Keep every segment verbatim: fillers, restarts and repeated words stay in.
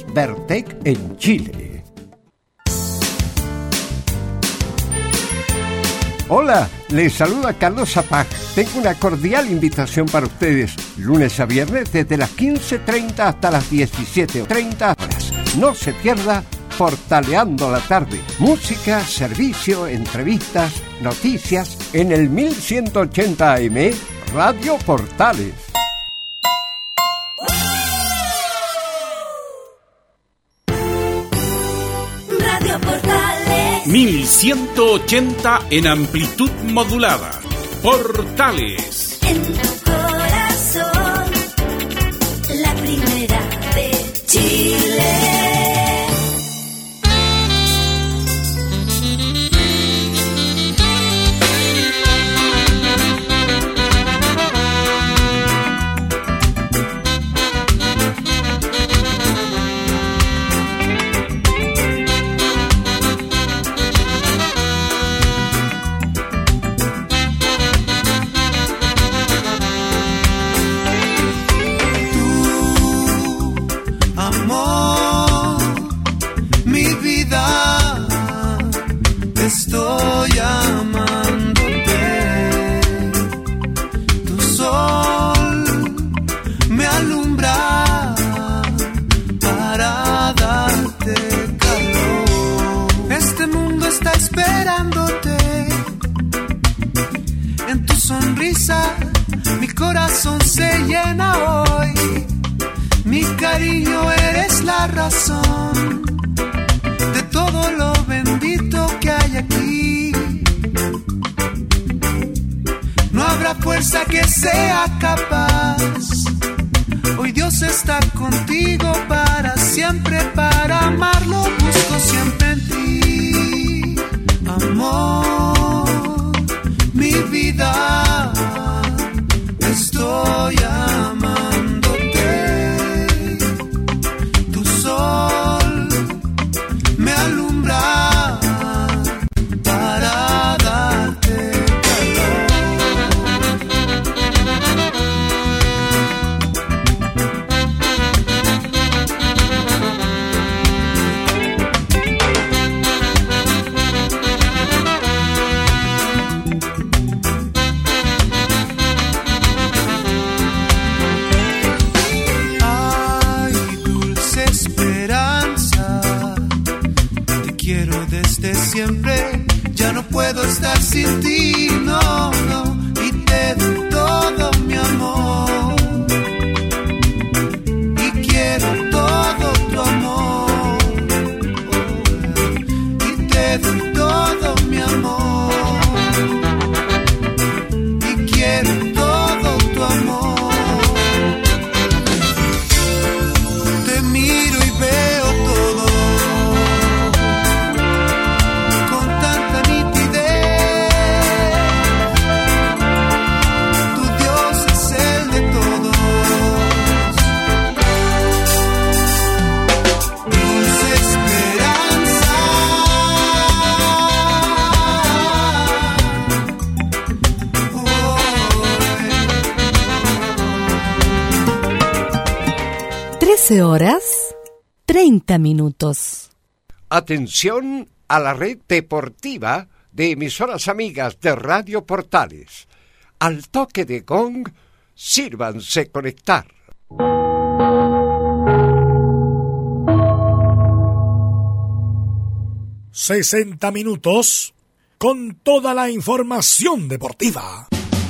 Vertec en Chile. Hola, les saluda Carlos Zapag. Tengo una cordial invitación para ustedes, lunes a viernes desde las quince treinta hasta las diecisiete treinta horas. No se pierda Portaleando la Tarde. Música, servicio, entrevistas, noticias en el mil ciento ochenta A M Radio Portales. Radio Portales. mil ciento ochenta en amplitud modulada. Portales. En tu corazón, la primera de Chile. Estoy amándote, tu sol me alumbra para darte calor. Este mundo está esperándote, en tu sonrisa mi corazón se llena hoy. Mi cariño, eres la razón de todo lo bendito que hay aquí. No habrá fuerza que sea capaz. Hoy Dios está contigo para siempre, para amarlo busco siempre en ti. Amor, mi vida, estoy amándote. Tu sol me alumbra para darte siempre, ya no puedo estar sin ti, no, no, y te doy todo mi amor, y quiero todo tu amor, oh, y te doy todo mi amor, y quiero todo tu amor, te miro y veo todo. trece horas, treinta minutos. Atención a la red deportiva de emisoras amigas de Radio Portales. Al toque de gong, sírvanse conectar. sesenta minutos con toda la información deportiva.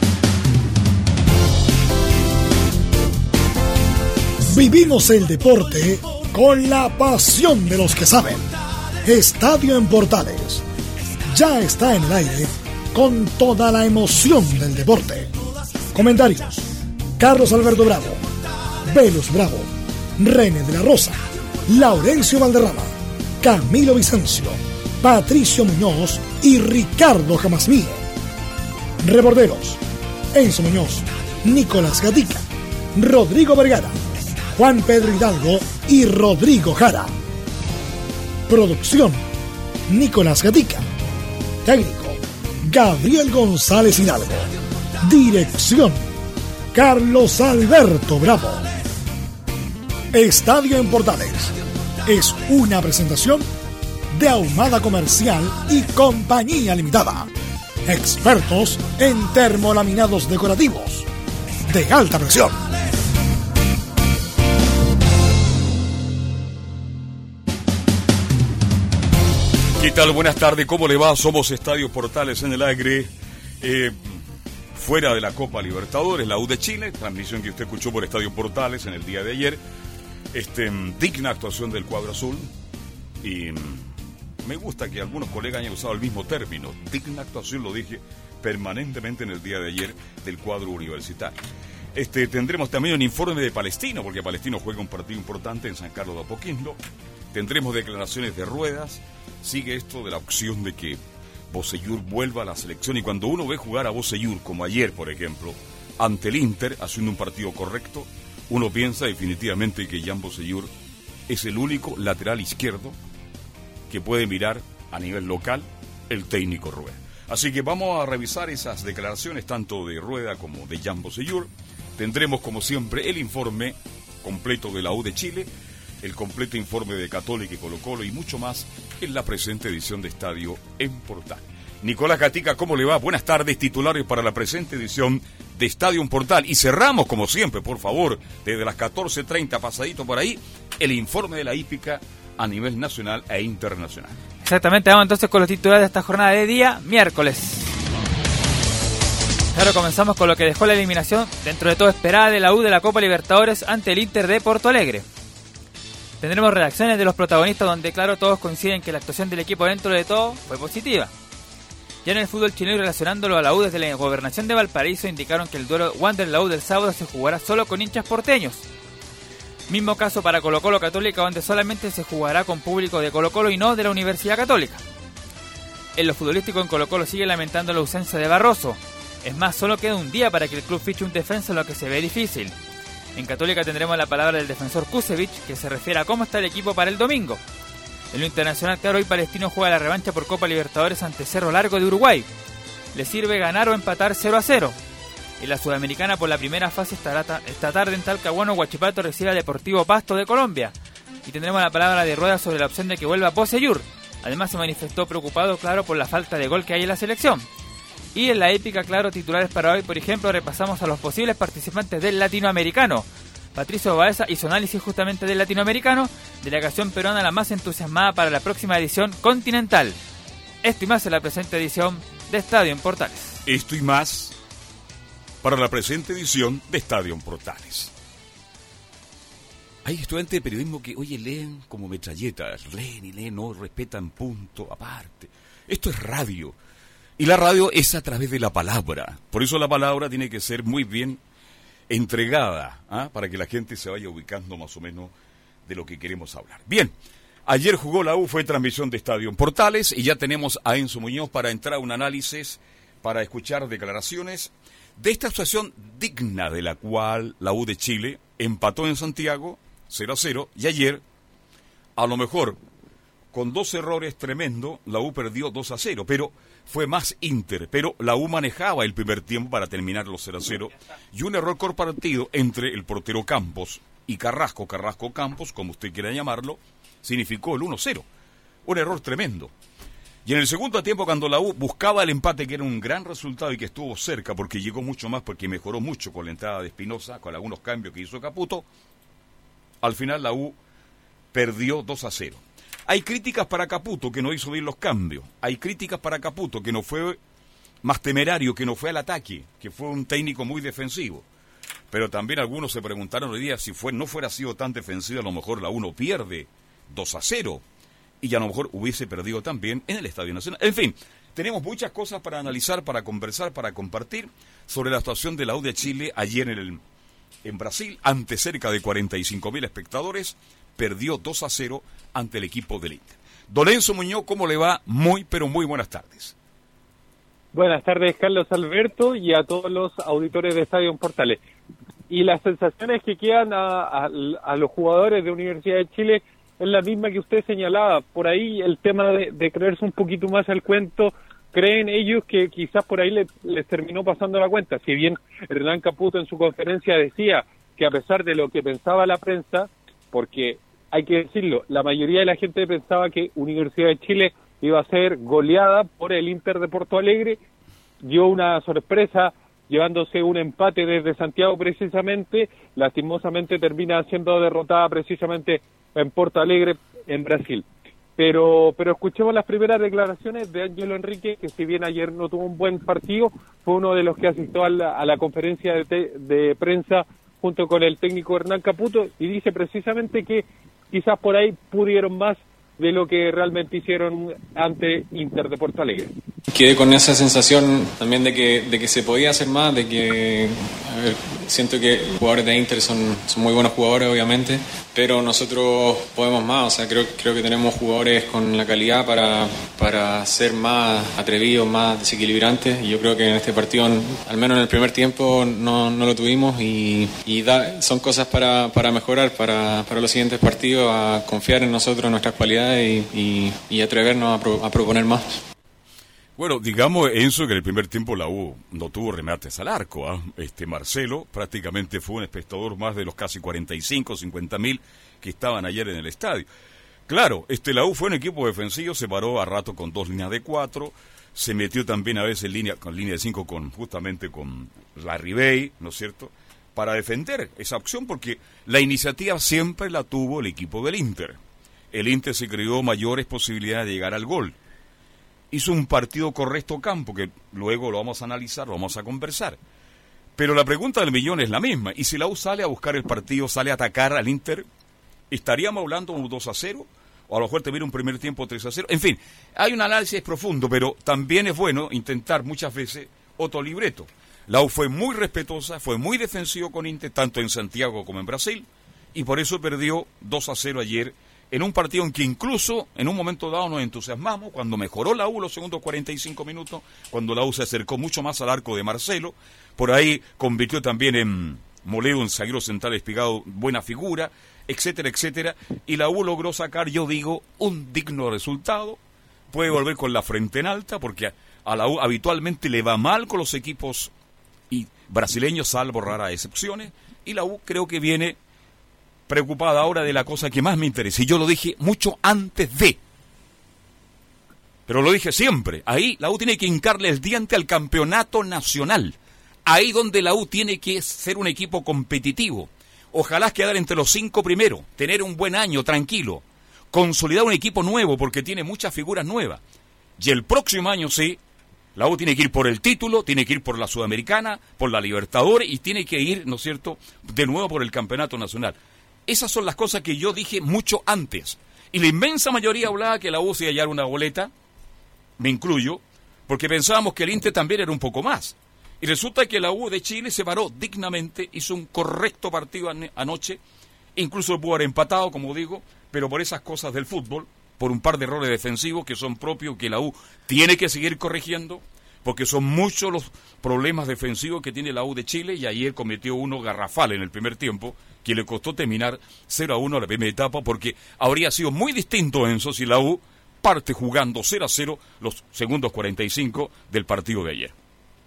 Vivimos el deporte con la pasión de los que saben. Estadio en Portales ya está en el aire con toda la emoción del deporte. Comentarios: Carlos Alberto Bravo, Velus Bravo, René de la Rosa, Laurencio Valderrama, Camilo Vicencio, Patricio Muñoz y Ricardo Jamasmí. Reporteros: Enzo Muñoz, Nicolás Gatica, Rodrigo Vergara, Juan Pedro Hidalgo y Rodrigo Jara. Producción: Nicolás Gatica. Técnico: Gabriel González Hidalgo. Dirección: Carlos Alberto Bravo. Estadio en Portales es una presentación de Ahumada Comercial y Compañía Limitada. Expertos en termolaminados decorativos de alta presión. ¿Qué tal? Buenas tardes, ¿cómo le va? Somos Estadio Portales en el aire. Eh, fuera de la Copa Libertadores, la U de Chile, transmisión que usted escuchó por Estadio Portales en el día de ayer. Este, digna actuación del cuadro azul. Y me gusta que algunos colegas hayan usado el mismo término. Digna actuación, lo dije permanentemente en el día de ayer, del cuadro universitario. Este, tendremos también un informe de Palestino, porque Palestino juega un partido importante en San Carlos de Apoquindo. Tendremos declaraciones de Ruedas. Sigue esto de la opción de que Bocellur vuelva a la selección, y cuando uno ve jugar a Bocellur, como ayer por ejemplo, ante el Inter, haciendo un partido correcto, uno piensa definitivamente que Jan Bocellur es el único lateral izquierdo que puede mirar a nivel local el técnico Rueda. Así que vamos a revisar esas declaraciones tanto de Rueda como de Jan Bocellur. Tendremos como siempre el informe completo de la U de Chile, el completo informe de Católica y Colo-Colo y mucho más en la presente edición de Estadio en Portal. Nicolás Gatica, ¿cómo le va? Buenas tardes, titulares para la presente edición de Estadio en Portal. Y cerramos, como siempre, por favor, desde las catorce treinta, pasadito por ahí, el informe de la hípica a nivel nacional e internacional. Exactamente, vamos entonces con los titulares de esta jornada de día miércoles. Claro, comenzamos con lo que dejó la eliminación, dentro de todo esperada, de la U de la Copa Libertadores ante el Inter de Porto Alegre. Tendremos reacciones de los protagonistas donde, claro, todos coinciden que la actuación del equipo dentro de todo fue positiva. Ya en el fútbol chileno, relacionándolo a la U desde la gobernación de Valparaíso, indicaron que el duelo Wander-La U del sábado se jugará solo con hinchas porteños. Mismo caso para Colo-Colo Católica, donde solamente se jugará con público de Colo-Colo y no de la Universidad Católica. En lo futbolístico, en Colo-Colo sigue lamentando la ausencia de Barroso. Es más, solo queda un día para que el club fiche un defensa, lo que se ve difícil. En Católica tendremos la palabra del defensor Kusevich, que se refiere a cómo está el equipo para el domingo. En lo internacional, claro, hoy Palestino juega la revancha por Copa Libertadores ante Cerro Largo de Uruguay. Le sirve ganar o empatar cero a cero. En la Sudamericana, por la primera fase, estará esta tarde en Talcahuano, Huachipato recibe a Deportivo Pasto de Colombia. Y tendremos la palabra de Rueda sobre la opción de que vuelva Bocellur. Además, se manifestó preocupado, claro, por la falta de gol que hay en la selección. Y en la épica, claro, titulares para hoy, por ejemplo, repasamos a los posibles participantes del Latinoamericano. Patricio Baeza hizo análisis justamente del Latinoamericano, delegación peruana la más entusiasmada para la próxima edición continental. Esto y más en la presente edición de Estadio en Portales. Esto y más para la presente edición de Estadio en Portales. Hay estudiantes de periodismo que, oye, leen como metralletas, leen y leen, no respetan punto aparte. Esto es radio. Y la radio es a través de la palabra. Por eso la palabra tiene que ser muy bien entregada, ¿ah? Para que la gente se vaya ubicando más o menos de lo que queremos hablar. Bien, ayer jugó la U, fue transmisión de Estadio en Portales y ya tenemos a Enzo Muñoz para entrar a un análisis, para escuchar declaraciones de esta actuación digna de la cual la U de Chile empató en Santiago cero a cero y ayer, a lo mejor con dos errores tremendos, la U perdió dos a cero, pero fue más Inter, pero la U manejaba el primer tiempo para terminar los cero a cero, y un error compartido entre el portero Campos y Carrasco, Carrasco Campos, como usted quiera llamarlo, significó el uno a cero, un error tremendo. Y en el segundo tiempo, cuando la U buscaba el empate, que era un gran resultado y que estuvo cerca, porque llegó mucho más, porque mejoró mucho con la entrada de Espinosa, con algunos cambios que hizo Caputo, al final la U perdió dos a cero. Hay críticas para Caputo, que no hizo bien los cambios. Hay críticas para Caputo, que no fue más temerario, que no fue al ataque, que fue un técnico muy defensivo. Pero también algunos se preguntaron hoy día si fue, no fuera sido tan defensivo, a lo mejor la U no pierde dos a cero. Y a lo mejor hubiese perdido también en el Estadio Nacional. En fin, tenemos muchas cosas para analizar, para conversar, para compartir sobre la actuación de la U de Chile ayer en, el, en Brasil, ante cerca de cuarenta y cinco mil espectadores. Perdió dos a cero ante el equipo del Inter. Don Enzo Muñoz, ¿cómo le va? Muy, pero muy buenas tardes. Buenas tardes, Carlos Alberto, y a todos los auditores de Estadio en Portales. Y las sensaciones que quedan a, a, a los jugadores de Universidad de Chile es la misma que usted señalaba. Por ahí el tema de, de creerse un poquito más al cuento, creen ellos que quizás por ahí les, les terminó pasando la cuenta. Si bien Hernán Caputo en su conferencia decía que a pesar de lo que pensaba la prensa, porque hay que decirlo, la mayoría de la gente pensaba que Universidad de Chile iba a ser goleada por el Inter de Porto Alegre, dio una sorpresa llevándose un empate desde Santiago precisamente, lastimosamente termina siendo derrotada precisamente en Porto Alegre, en Brasil. Pero pero escuchemos las primeras declaraciones de Ángelo Enrique, que si bien ayer no tuvo un buen partido, fue uno de los que asistió a la, a la conferencia de, te, de prensa junto con el técnico Hernán Caputo, y dice precisamente que quizás por ahí pudieron más de lo que realmente hicieron ante Inter de Porto Alegre. Quedé con esa sensación también de que de que se podía hacer más, de que, a ver, siento que los jugadores de Inter son, son muy buenos jugadores, obviamente, pero nosotros podemos más, o sea, creo, creo que tenemos jugadores con la calidad para, para ser más atrevidos, más desequilibrantes, y yo creo que en este partido, al menos en el primer tiempo, no, no lo tuvimos, y, y da, son cosas para, para mejorar, para, para los siguientes partidos, a confiar en nosotros, en nuestras cualidades, y, y, y atrevernos a, pro, a proponer más. Bueno, digamos, Enzo, que en el primer tiempo la U no tuvo remates al arco. ¿eh? Este Marcelo prácticamente fue un espectador más de los casi cuarenta y cinco, cincuenta mil que estaban ayer en el estadio. Claro, este la U fue un equipo defensivo, se paró a rato con dos líneas de cuatro, se metió también a veces en línea, con línea de cinco con, justamente con la Ribey, ¿no es cierto?, para defender esa opción, porque la iniciativa siempre la tuvo el equipo del Inter. El Inter se creó mayores posibilidades de llegar al gol. Hizo un partido correcto campo, que luego lo vamos a analizar, lo vamos a conversar. Pero la pregunta del millón es la misma. ¿Y si la U sale a buscar el partido, sale a atacar al Inter? ¿Estaríamos hablando de un dos a cero? O a lo mejor te viene un primer tiempo tres a cero. En fin, hay un análisis profundo, pero también es bueno intentar muchas veces otro libreto. La U fue muy respetuosa, fue muy defensivo con Inter, tanto en Santiago como en Brasil, y por eso perdió dos a cero ayer, en un partido en que incluso en un momento dado nos entusiasmamos, cuando mejoró la U los segundos cuarenta y cinco minutos, cuando la U se acercó mucho más al arco de Marcelo, por ahí convirtió también en Moledo, en zaguero central espigado, buena figura, etcétera, etcétera, y la U logró sacar, yo digo, un digno resultado. Puede volver con la frente en alta, porque a, a la U habitualmente le va mal con los equipos y brasileños, salvo raras excepciones, y la U creo que viene preocupada ahora de la cosa que más me interesa, y yo lo dije mucho antes de, pero lo dije siempre, ahí la U tiene que hincarle el diente al campeonato nacional, ahí donde la U tiene que ser un equipo competitivo, ojalá quedar entre los cinco primeros, tener un buen año tranquilo, consolidar un equipo nuevo porque tiene muchas figuras nuevas, y el próximo año sí, la U tiene que ir por el título, tiene que ir por la Sudamericana, por la Libertadores, y tiene que ir, ¿no es cierto?, de nuevo por el campeonato nacional. Esas son las cosas que yo dije mucho antes. Y la inmensa mayoría hablaba que la U se iba a hallar una boleta, me incluyo, porque pensábamos que el Inter también era un poco más. Y resulta que la U de Chile se paró dignamente, hizo un correcto partido an- anoche, incluso pudo haber empatado, como digo, pero por esas cosas del fútbol, por un par de errores defensivos que son propios, que la U tiene que seguir corrigiendo, porque son muchos los problemas defensivos que tiene la U de Chile, y ayer cometió uno garrafal en el primer tiempo, que le costó terminar cero a uno a la primera etapa, porque habría sido muy distinto, Enzo, si la U parte jugando cero a cero los segundos cuarenta y cinco del partido de ayer.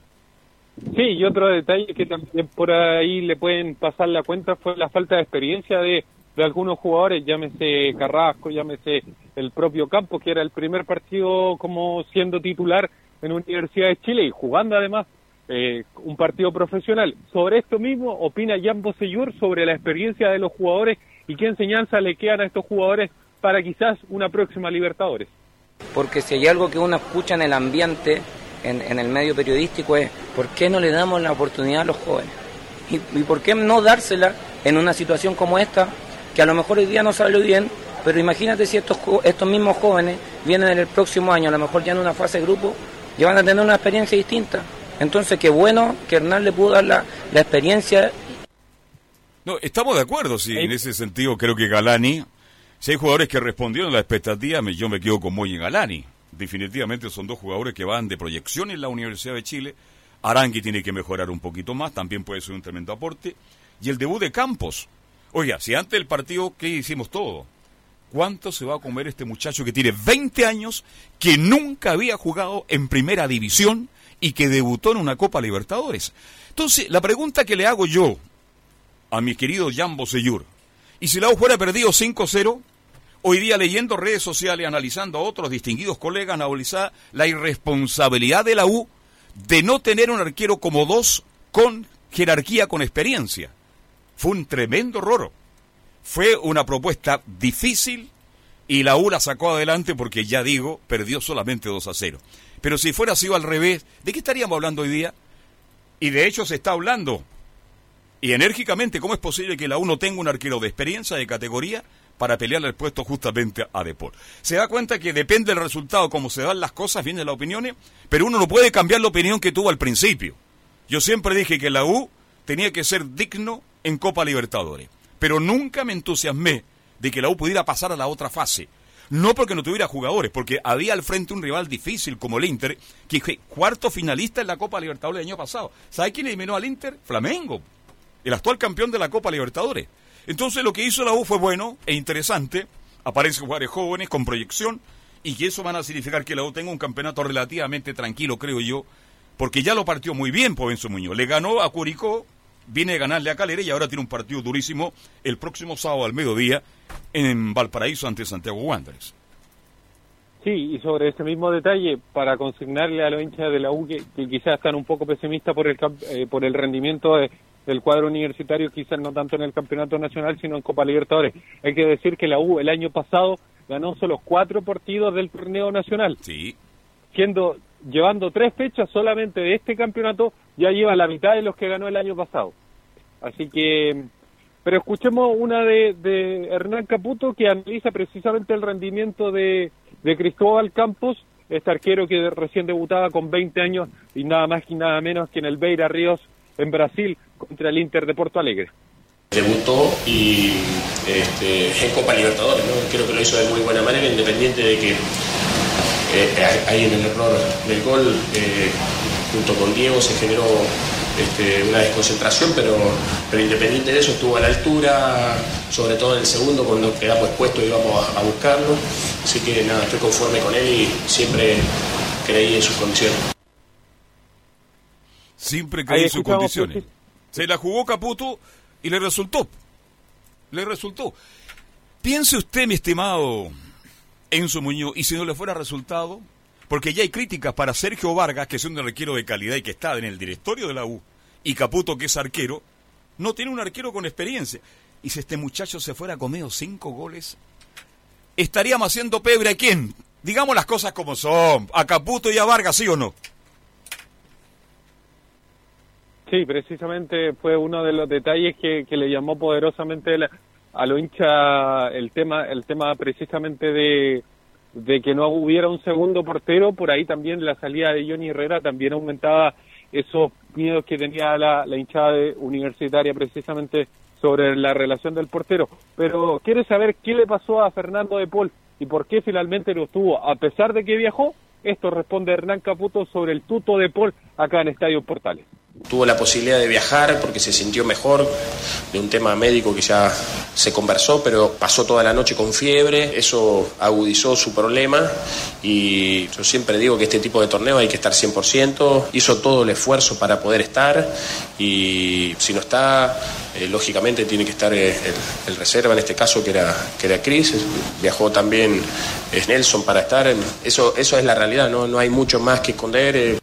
Sí, y otro detalle que también por ahí le pueden pasar la cuenta fue la falta de experiencia de, de algunos jugadores, llámese Carrasco, llámese el propio Campos, que era el primer partido como siendo titular en Universidad de Chile y jugando además eh, un partido profesional. Sobre esto mismo opina Jan Bosellur sobre la experiencia de los jugadores y qué enseñanza le quedan a estos jugadores para quizás una próxima Libertadores. Porque si hay algo que uno escucha en el ambiente, en, en el medio periodístico, es ¿por qué no le damos la oportunidad a los jóvenes? ¿Y, y por qué no dársela en una situación como esta, que a lo mejor hoy día no salió bien, pero imagínate si estos, estos mismos jóvenes vienen en el próximo año, a lo mejor ya en una fase de grupo, y van a tener una experiencia distinta. Entonces, qué bueno que Hernán le pudo dar la, la experiencia. No, estamos de acuerdo, sí, en ese sentido creo que Galani, si hay jugadores que respondieron a la expectativa, me, yo me quedo con Moy y Galani. Definitivamente son dos jugadores que van de proyección en la Universidad de Chile. Arangui tiene que mejorar un poquito más, también puede ser un tremendo aporte. Y el debut de Campos. Oiga, si antes del partido, ¿qué hicimos todo? ¿Cuánto se va a comer este muchacho que tiene veinte años, que nunca había jugado en primera división y que debutó en una Copa Libertadores? Entonces, la pregunta que le hago yo a mi querido Jan Bosellur, Y si la U fuera perdido cinco cero, hoy día leyendo redes sociales, analizando a otros distinguidos colegas, analizar la irresponsabilidad de la U de no tener un arquero como dos con jerarquía, con experiencia. Fue un tremendo error. Fue una propuesta difícil y la U la sacó adelante porque, ya digo, perdió solamente dos a cero. Pero si fuera sido al revés, ¿de qué estaríamos hablando hoy día? Y de hecho se está hablando, y enérgicamente, ¿cómo es posible que la U no tenga un arquero de experiencia, de categoría, para pelearle el puesto justamente a De Paul? Se da cuenta que depende del resultado, cómo se dan las cosas, vienen las opiniones, pero uno no puede cambiar la opinión que tuvo al principio. Yo siempre dije que la U tenía que ser digno en Copa Libertadores, pero nunca me entusiasmé de que la U pudiera pasar a la otra fase. No porque no tuviera jugadores, porque había al frente un rival difícil como el Inter, que fue cuarto finalista en la Copa Libertadores del año pasado. ¿Sabe quién eliminó al Inter? Flamengo, el actual campeón de la Copa Libertadores. Entonces lo que hizo la U fue bueno e interesante. Aparecen jugadores jóvenes con proyección, y que eso van a significar que la U tenga un campeonato relativamente tranquilo, creo yo, porque ya lo partió muy bien Pobenzo Muñoz. Le ganó a Curicó, viene a ganarle a Calera y ahora tiene un partido durísimo el próximo sábado al mediodía en Valparaíso ante Santiago Wanderers. Sí, y sobre ese mismo detalle, para consignarle a los hinchas de la U que, que quizás están un poco pesimistas por el eh, por el rendimiento de, del cuadro universitario, quizás no tanto en el campeonato nacional, sino en Copa Libertadores. Hay que decir que la U el año pasado ganó solo cuatro partidos del torneo nacional. Sí. Siendo, llevando tres fechas solamente de este campeonato, ya lleva la mitad de los que ganó el año pasado. Así que, pero escuchemos una de, de Hernán Caputo, que analiza precisamente el rendimiento de, de Cristóbal Campos, este arquero que recién debutaba con veinte años y nada más y nada menos que en el Beira Ríos en Brasil contra el Inter de Porto Alegre. Debutó y este, en Copa Libertadores, ¿no? Creo que lo hizo de muy buena manera, independiente de que eh, ahí en el error del gol, eh, junto con Diego, se generó este, una desconcentración, pero, pero independiente de eso estuvo a la altura, sobre todo en el segundo, cuando quedamos expuestos y íbamos a, a buscarlo. Así que nada, estoy conforme con él y siempre creí en sus condiciones. Siempre creí en sus condiciones. Se la jugó Caputo y le resultó. Le resultó. Piense usted, mi estimado Enzo Muñoz, y si no le fuera resultado, porque ya hay críticas para Sergio Vargas, que es un arquero de calidad y que está en el directorio de la U, y Caputo, que es arquero, no tiene un arquero con experiencia. Y si este muchacho se fuera comido cinco goles, estaríamos haciendo pebre a quién. Digamos las cosas como son, a Caputo y a Vargas, ¿sí o no? Sí, precisamente fue uno de los detalles que, que le llamó poderosamente la, a los hinchas el tema, el tema precisamente de, de que no hubiera un segundo portero. Por ahí también la salida de Johnny Herrera también aumentaba esos miedos que tenía la, la hinchada de universitaria precisamente sobre la relación del portero. Pero quiere saber qué le pasó a Fernando De Paul y por qué finalmente lo tuvo, a pesar de que viajó. Esto responde Hernán Caputo sobre el tuto De Paul acá en Estadio Portales. Tuvo la posibilidad de viajar porque se sintió mejor de un tema médico que ya se conversó, pero pasó toda la noche con fiebre, eso agudizó su problema y yo siempre digo que este tipo de torneo hay que estar cien por ciento, hizo todo el esfuerzo para poder estar y si no está, eh, lógicamente tiene que estar eh, el, el reserva en este caso que era, que era Cris, viajó también eh, Nelson para estar, eso, eso es la realidad, no, no hay mucho más que esconder. Eh.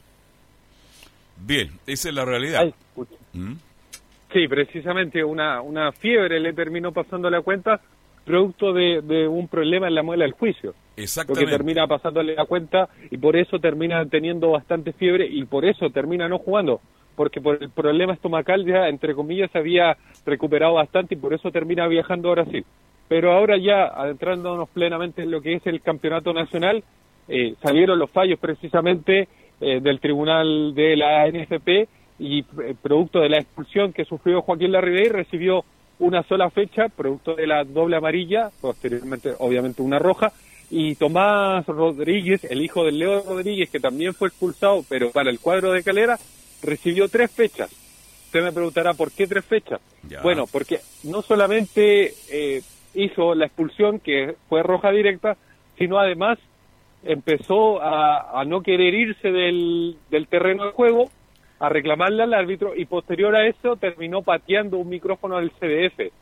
Bien, esa es la realidad. Ay, ¿Mm? Sí, precisamente una, una fiebre le terminó pasando la cuenta producto de, de un problema en la muela del juicio. Exactamente. Lo que termina pasándole la cuenta y por eso termina teniendo bastante fiebre y por eso termina no jugando, porque por el problema estomacal ya, entre comillas, se había recuperado bastante y por eso termina viajando a Brasil. Pero ahora ya, adentrándonos plenamente en lo que es el campeonato nacional, eh, salieron los fallos precisamente Eh, del tribunal de la N F P y eh, producto de la expulsión que sufrió Joaquín Larribey recibió una sola fecha, producto de la doble amarilla, posteriormente obviamente una roja, y Tomás Rodríguez, el hijo del Leo Rodríguez, que también fue expulsado, pero para el cuadro de Calera, recibió tres fechas. Usted me preguntará, ¿por qué tres fechas? Ya. Bueno, porque no solamente eh, hizo la expulsión, que fue roja directa, sino además empezó a, a no querer irse del, del terreno de juego, a reclamarle al árbitro y posterior a eso terminó pateando un micrófono del C D F.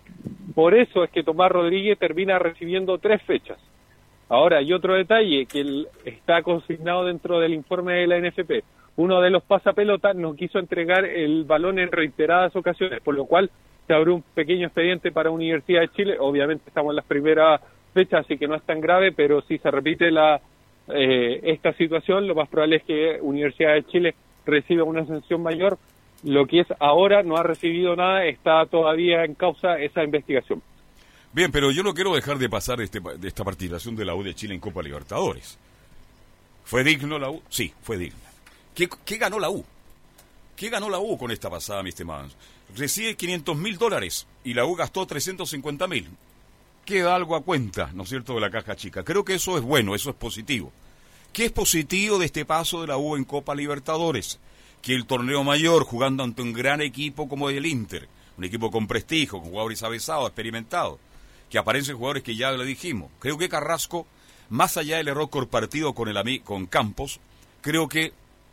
Por eso es que Tomás Rodríguez termina recibiendo tres fechas. Ahora, hay otro detalle que el, está consignado dentro del informe de la N F P. Uno de los pasapelotas no quiso entregar el balón en reiteradas ocasiones, por lo cual se abrió un pequeño expediente para Universidad de Chile. Obviamente estamos en las primeras fechas, así que no es tan grave, pero si se repite la eh, esta situación, lo más probable es que Universidad de Chile reciba una sanción mayor. Lo que es ahora no ha recibido nada, está todavía en causa esa investigación. Bien, pero yo no quiero dejar de pasar este, de esta participación de la U de Chile en Copa Libertadores. ¿Fue digno la U? Sí, fue digna. ¿Qué, qué ganó la U? ¿Qué ganó la U con esta pasada, mi estimado? Recibe quinientos mil dólares y la U gastó trescientos cincuenta mil. Queda algo a cuenta, ¿no es cierto?, de la caja chica. Creo que eso es bueno, eso es positivo. ¿Qué es positivo de este paso de la U en Copa Libertadores? Que el torneo mayor, jugando ante un gran equipo como el Inter, un equipo con prestigio, con jugadores avesados, experimentados, que aparecen jugadores que ya le dijimos. Creo que Carrasco, más allá del error compartido con, el, con Campos, creo que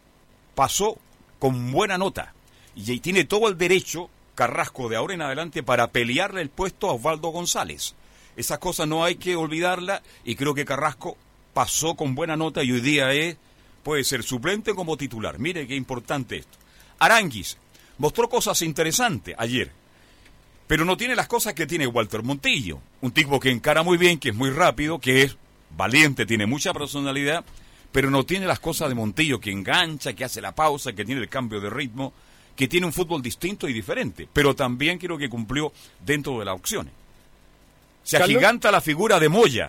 pasó con buena nota. Y tiene todo el derecho, Carrasco, de ahora en adelante, para pelearle el puesto a Osvaldo González. Esas cosas no hay que olvidarlas, y creo que Carrasco pasó con buena nota y hoy día es... puede ser suplente como titular. Mire qué importante esto. Aránguiz mostró cosas interesantes ayer, pero no tiene las cosas que tiene Walter Montillo. Un tipo que encara muy bien, que es muy rápido, que es valiente, tiene mucha personalidad, pero no tiene las cosas de Montillo, que engancha, que hace la pausa, que tiene el cambio de ritmo, que tiene un fútbol distinto y diferente. Pero también creo que cumplió dentro de las opciones. Se agiganta la figura de Moya.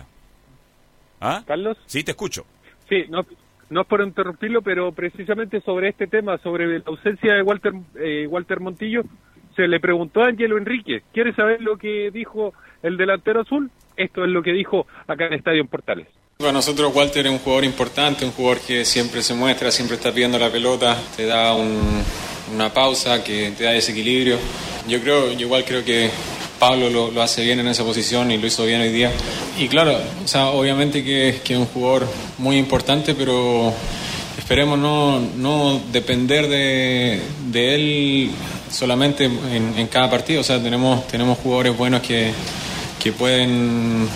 ¿Ah? ¿Carlos? Sí, te escucho. Sí, no... No es por interrumpirlo, pero precisamente sobre este tema, sobre la ausencia de Walter eh, Walter Montillo, se le preguntó a Ángelo Enrique. ¿Quiere saber lo que dijo el delantero azul? Esto es lo que dijo acá en Estadio en Portales. Para nosotros Walter es un jugador importante, un jugador que siempre se muestra, siempre está pidiendo la pelota, te da un, una pausa, que te da desequilibrio. Yo creo, yo igual creo que Pablo lo, lo hace bien en esa posición y lo hizo bien hoy día. Y claro, o sea, obviamente que, que es un jugador muy importante, pero esperemos no, no depender de, de él solamente en, en cada partido. O sea, tenemos, tenemos jugadores buenos que, que pueden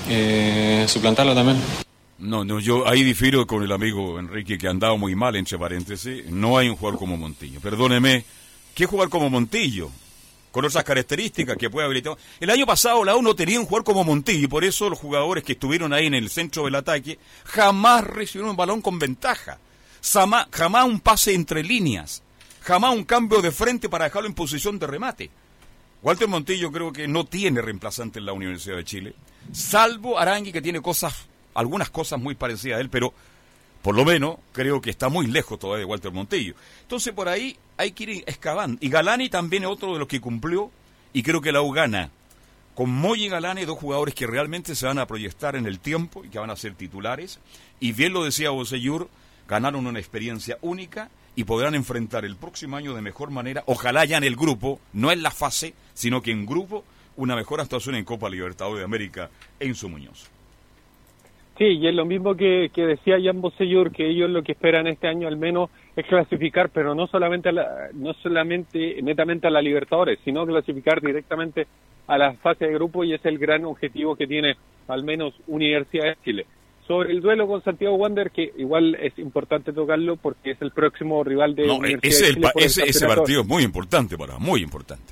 eh, suplantarlo también. No, no, yo ahí difiero con el amigo Enrique, que ha andado muy mal, entre paréntesis. No hay un jugador como Montillo. Perdóneme, ¿qué jugador como Montillo? Con otras características que puede habilitar. El año pasado la U no tenía un jugador como Montillo, y por eso los jugadores que estuvieron ahí en el centro del ataque jamás recibieron un balón con ventaja. Jamás, jamás un pase entre líneas. Jamás un cambio de frente para dejarlo en posición de remate. Walter Montillo creo que no tiene reemplazante en la Universidad de Chile, salvo Arangui, que tiene cosas, algunas cosas muy parecidas a él, pero por lo menos creo que está muy lejos todavía de Walter Montillo. Entonces por ahí hay que ir excavando. Y Galani también es otro de los que cumplió, y creo que la U gana. Con Moya y Galani, dos jugadores que realmente se van a proyectar en el tiempo y que van a ser titulares. Y bien lo decía Bosellur, ganaron una experiencia única y podrán enfrentar el próximo año de mejor manera, ojalá ya en el grupo, no en la fase, sino que en grupo, una mejor actuación en Copa Libertadores de América en su Muñoz. Sí, y es lo mismo que, que decía Jan Bosellur, que ellos lo que esperan este año al menos es clasificar, pero no solamente a la, no solamente netamente a la Libertadores, sino clasificar directamente a la fase de grupo, y es el gran objetivo que tiene al menos Universidad de Chile. Sobre el duelo con Santiago Wander, que igual es importante tocarlo porque es el próximo rival de no, Universidad ese, de Chile. El, ese, ese partido es muy importante para, muy importante.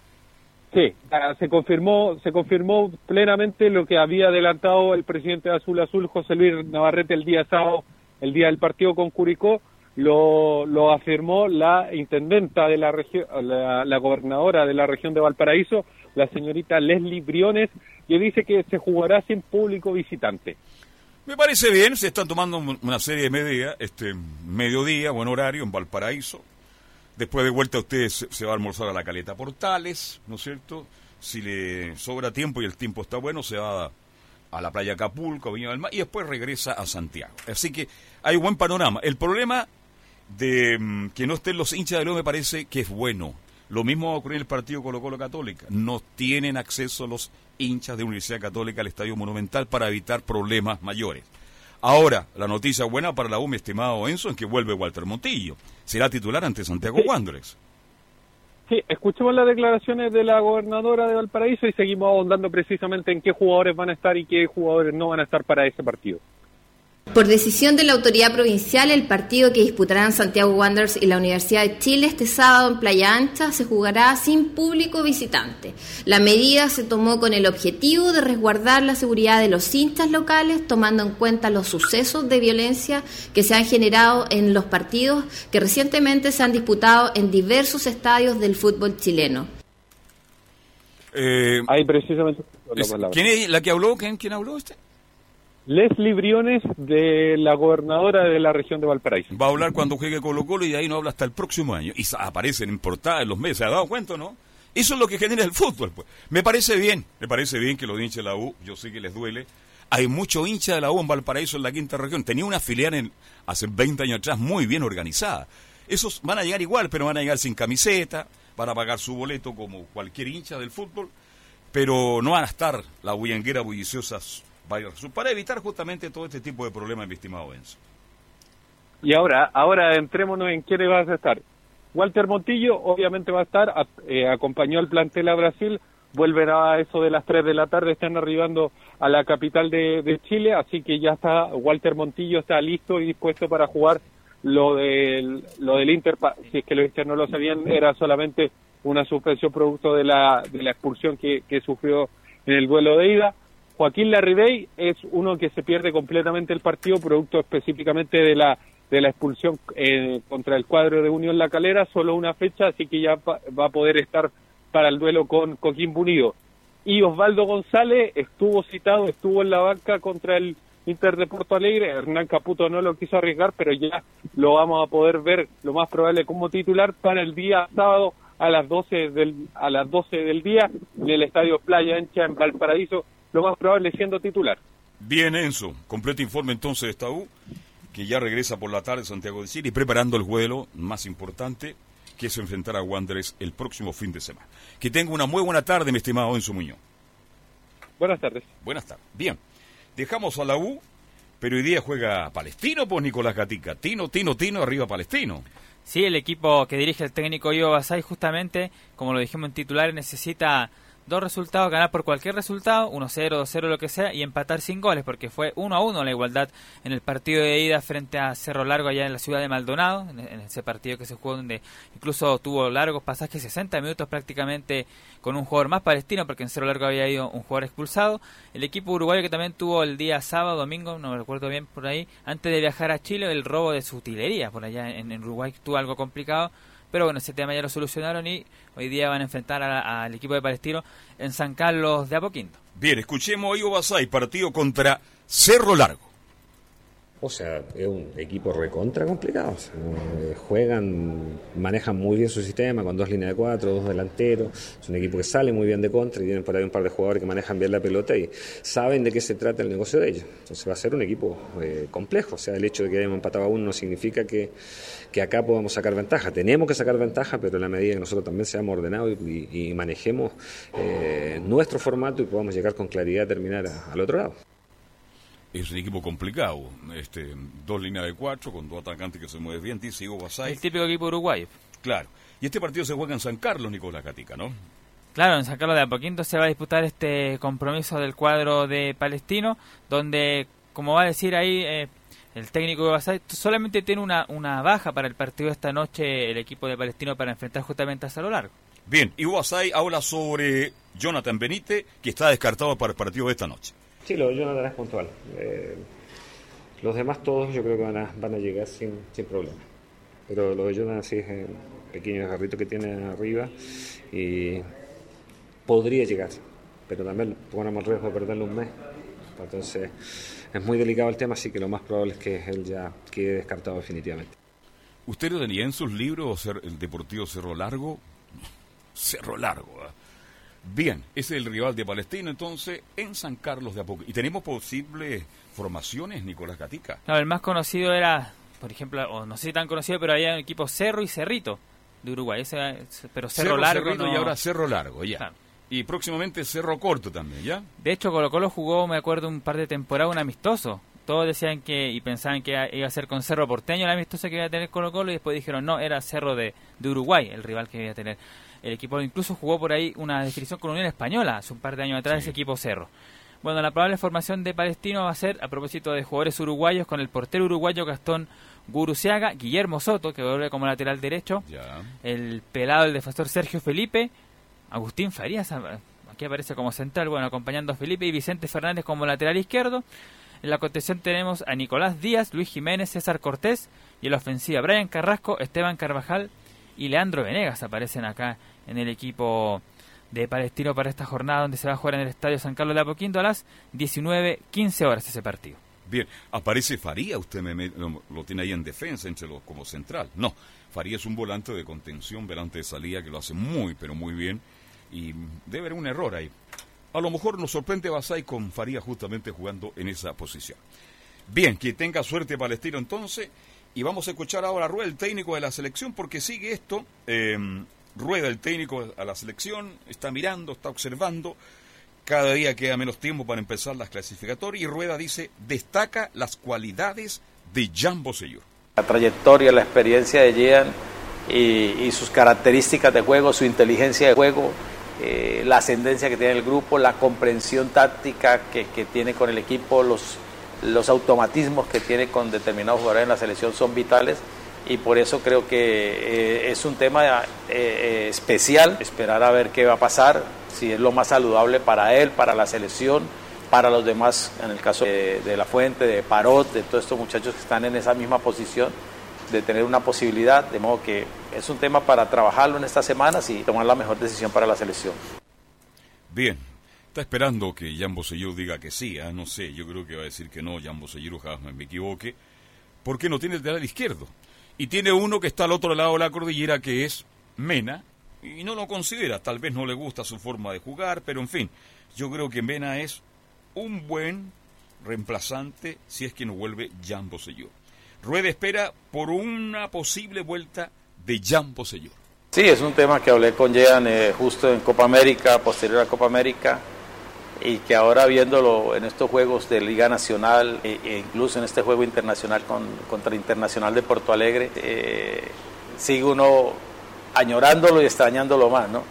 Sí, se confirmó, se confirmó plenamente lo que había adelantado el presidente de Azul Azul, José Luis Navarrete, el día sábado, el día del partido con Curicó. Lo, lo afirmó la intendenta de la región, la, la gobernadora de la región de Valparaíso, la señorita Leslie Briones, que dice que se jugará sin público visitante. Me parece bien, se están tomando una serie de medidas, este mediodía, buen horario en Valparaíso. Después de vuelta usted se, se va a almorzar a la Caleta Portales, ¿no es cierto? Si le sobra tiempo y el tiempo está bueno, se va a, a la playa Acapulco, Viña del Mar, y después regresa a Santiago. Así que hay buen panorama. El problema de um, que no estén los hinchas de León me parece que es bueno. Lo mismo va a ocurrir en el partido Colo-Colo Católica. No tienen acceso los hinchas de Universidad Católica al Estadio Monumental para evitar problemas mayores. Ahora, la noticia buena para la U, mi estimado Enzo, es que vuelve Walter Montillo. Será titular ante Santiago sí. Wanderers. Sí, escuchemos las declaraciones de la gobernadora de Valparaíso y seguimos ahondando precisamente en qué jugadores van a estar y qué jugadores no van a estar para ese partido. Por decisión de la autoridad provincial, el partido que disputarán Santiago Wanderers y la Universidad de Chile este sábado en Playa Ancha se jugará sin público visitante. La medida se tomó con el objetivo de resguardar la seguridad de los hinchas locales, tomando en cuenta los sucesos de violencia que se han generado en los partidos que recientemente se han disputado en diversos estadios del fútbol chileno. Eh, Ahí precisamente... es, ¿Quién es la que habló? ¿Quién, quién habló este? Leslie Briones, de la gobernadora de la región de Valparaíso. Va a hablar cuando juegue Colo Colo y de ahí no habla hasta el próximo año. Y aparecen en portada en los medios, ¿se ha dado cuenta, no? Eso es lo que genera el fútbol, pues. Me parece bien, me parece bien que los hinchas de la U, yo sé que les duele. Hay muchos hinchas de la U en Valparaíso, en la quinta región. Tenía una filial en, hace veinte años atrás muy bien organizada. Esos van a llegar igual, pero van a llegar sin camiseta, van a pagar su boleto como cualquier hincha del fútbol, pero no van a estar la bullanguera bulliciosa para evitar justamente todo este tipo de problemas, mi estimado Enzo. Y ahora, ahora entrémonos en quiénes vas a estar. Walter Montillo obviamente va a estar, eh, acompañó al plantel a Brasil, vuelven a eso de las tres de la tarde, están arribando a la capital de, de Chile, así que ya está, Walter Montillo está listo y dispuesto para jugar lo del, lo del Inter. Si es que los hinchas no lo sabían, era solamente una suspensión producto de la, de la expulsión que, que sufrió en el duelo de ida. Joaquín Larribey es uno que se pierde completamente el partido, producto específicamente de la de la expulsión eh, contra el cuadro de Unión La Calera, solo una fecha, así que ya va, va a poder estar para el duelo con Coquimbo Unido. Y Osvaldo González estuvo citado, estuvo en la banca contra el Inter de Porto Alegre. Hernán Caputo no lo quiso arriesgar, pero ya lo vamos a poder ver, lo más probable, como titular para el día sábado a las doce del a las doce del día en el Estadio Playa Ancha en Valparaíso, lo más probable siendo titular. Bien, Enzo, completo informe entonces de esta U, que ya regresa por la tarde a Santiago de Chile y preparando el vuelo más importante, que es enfrentar a Wanderers el próximo fin de semana. Que tenga una muy buena tarde, mi estimado Enzo Muñoz. Buenas tardes. Buenas tardes. Bien, dejamos a la U, pero hoy día juega Palestino, pues Nicolás Gatica. Tino, Tino, Tino, arriba Palestino. Sí, el equipo que dirige el técnico Ivo Basay, justamente, como lo dijimos en titulares, necesita dos resultados, ganar por cualquier resultado, uno cero, dos cero, lo que sea, y empatar sin goles, porque fue uno a uno la igualdad en el partido de ida frente a Cerro Largo allá en la ciudad de Maldonado, en, en ese partido que se jugó donde incluso tuvo largos pasajes, sesenta minutos prácticamente con un jugador más palestino, porque en Cerro Largo había ido un jugador expulsado. El equipo uruguayo que también tuvo el día sábado, domingo, no me recuerdo bien por ahí, antes de viajar a Chile, el robo de su utilería por allá en, en Uruguay, tuvo algo complicado. Pero bueno, ese tema ya lo solucionaron y hoy día van a enfrentar al equipo de Palestino en San Carlos de Apoquindo. Bien, escuchemos a Ivo Basay, partido contra Cerro Largo. O sea, es un equipo recontra complicado. O sea, eh, juegan, manejan muy bien su sistema con dos líneas de cuatro, dos delanteros. Es un equipo que sale muy bien de contra y tienen por ahí un par de jugadores que manejan bien la pelota y saben de qué se trata el negocio de ellos. Entonces va a ser un equipo eh, complejo. O sea, el hecho de que hayamos empatado a uno no significa que, que acá podamos sacar ventaja. Tenemos que sacar ventaja, pero en la medida que nosotros también seamos ordenados y, y, y manejemos eh, nuestro formato y podamos llegar con claridad a terminar a, al otro lado. Es un equipo complicado, este, dos líneas de cuatro, con dos atacantes que se mueven bien, dice Ivo Basay. El típico equipo uruguayo. Claro. Y este partido se juega en San Carlos, Nicolás Gatica, ¿no? Claro, en San Carlos de Apoquindo se va a disputar este compromiso del cuadro de Palestino, donde, como va a decir ahí eh, el técnico de Basay, solamente tiene una, una baja para el partido de esta noche el equipo de Palestino para enfrentar justamente a Cerro Largo. Bien, Ivo Basay habla sobre Jonathan Benítez, que está descartado para el partido de esta noche. Sí, lo de Jonathan es puntual. Eh, los demás todos yo creo que van a, van a llegar sin, sin problema. Pero lo de Jonathan sí es un pequeño jarrito que tiene arriba y podría llegar, pero también ponemos el riesgo de perderle un mes. Entonces es muy delicado el tema, así que lo más probable es que él ya quede descartado definitivamente. ¿Usted lo tenía en sus libros, el Deportivo Cerro Largo? Cerro Largo, ¿eh? Bien, ese es el rival de Palestino, entonces, en San Carlos de Apoquindo. ¿Y tenemos posibles formaciones, Nicolás Gatica? No, el más conocido era, por ejemplo, o no sé si tan conocido, pero había un equipo Cerro y Cerrito de Uruguay. Ese, pero Cerro, Cerro Largo Cerrito no... y ahora Cerro Largo, ya. Claro. Y próximamente Cerro Corto también, ¿ya? De hecho, Colo Colo jugó, me acuerdo, un par de temporadas un amistoso todos decían que y pensaban que iba a ser con Cerro Porteño el amistoso que iba a tener Colo-Colo, y después dijeron no, era Cerro de, de Uruguay el rival que iba a tener. El equipo incluso jugó por ahí una definición con Unión Española hace un par de años atrás, sí. Ese equipo Cerro. Bueno, la probable formación de Palestino va a ser, a propósito de jugadores uruguayos, con el portero uruguayo Gastón Guruciaga, Guillermo Soto, que vuelve como lateral derecho, ya. El pelado, el defensor Sergio Felipe, Agustín Farías, aquí aparece como central, bueno, acompañando a Felipe, y Vicente Fernández como lateral izquierdo. En la contención tenemos a Nicolás Díaz, Luis Jiménez, César Cortés, y en la ofensiva Brian Carrasco, Esteban Carvajal y Leandro Venegas aparecen acá en el equipo de Palestino para esta jornada, donde se va a jugar en el Estadio San Carlos de Apoquindo a las diecinueve quince horas ese partido. Bien, aparece Faría, usted me, me, lo, lo tiene ahí en defensa, entre los, como central. No, Faría es un volante de contención, volante de salida, que lo hace muy, pero muy bien, y debe haber un error ahí. A lo mejor nos sorprende Basay con Faría justamente jugando en esa posición. Bien, que tenga suerte Palestino entonces, y vamos a escuchar ahora a Rueda, el técnico de la selección, porque sigue esto. Eh, Rueda, el técnico a la selección, está mirando, está observando. Cada día queda menos tiempo para empezar las clasificatorias, y Rueda dice, destaca las cualidades de Jean Bosellur. La trayectoria, la experiencia de Jean y, y sus características de juego, su inteligencia de juego, eh, la ascendencia que tiene el grupo, la comprensión táctica que, que tiene con el equipo, los, los automatismos que tiene con determinados jugadores en la selección son vitales. Y por eso creo que eh, es un tema eh, eh, especial, esperar a ver qué va a pasar, si es lo más saludable para él, para la selección, para los demás, en el caso de, de La Fuente, de Parot, de todos estos muchachos que están en esa misma posición, de tener una posibilidad, de modo que es un tema para trabajarlo en estas semanas y tomar la mejor decisión para la selección. Bien, está esperando que Jean Bosellur diga que sí, ¿eh? No sé, yo creo que va a decir que no, Jean Bosellur, ojalá me equivoque, porque no tiene el lateral izquierdo. Y tiene uno que está al otro lado de la cordillera, que es Mena, y no lo considera, tal vez no le gusta su forma de jugar, pero en fin, yo creo que Mena es un buen reemplazante si es que no vuelve Jean Bosellur. Rueda espera por una posible vuelta de Jean Bosellur. Sí, es un tema que hablé con Jean eh, justo en Copa América, posterior a Copa América, y que ahora viéndolo en estos juegos de Liga Nacional e, e incluso en este juego internacional con, contra Internacional de Porto Alegre, eh, sigue uno añorándolo y extrañándolo más, ¿no?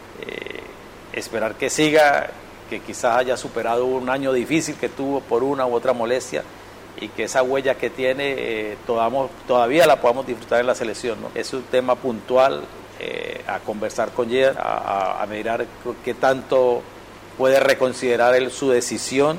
Eh, esperar que siga, que quizás haya superado un año difícil que tuvo por una u otra molestia, y que esa huella que tiene eh, todavía, todavía la podamos disfrutar en la selección, ¿no? Es un tema puntual eh, a conversar con Jean, a, a, a mirar qué tanto puede reconsiderar él su decisión,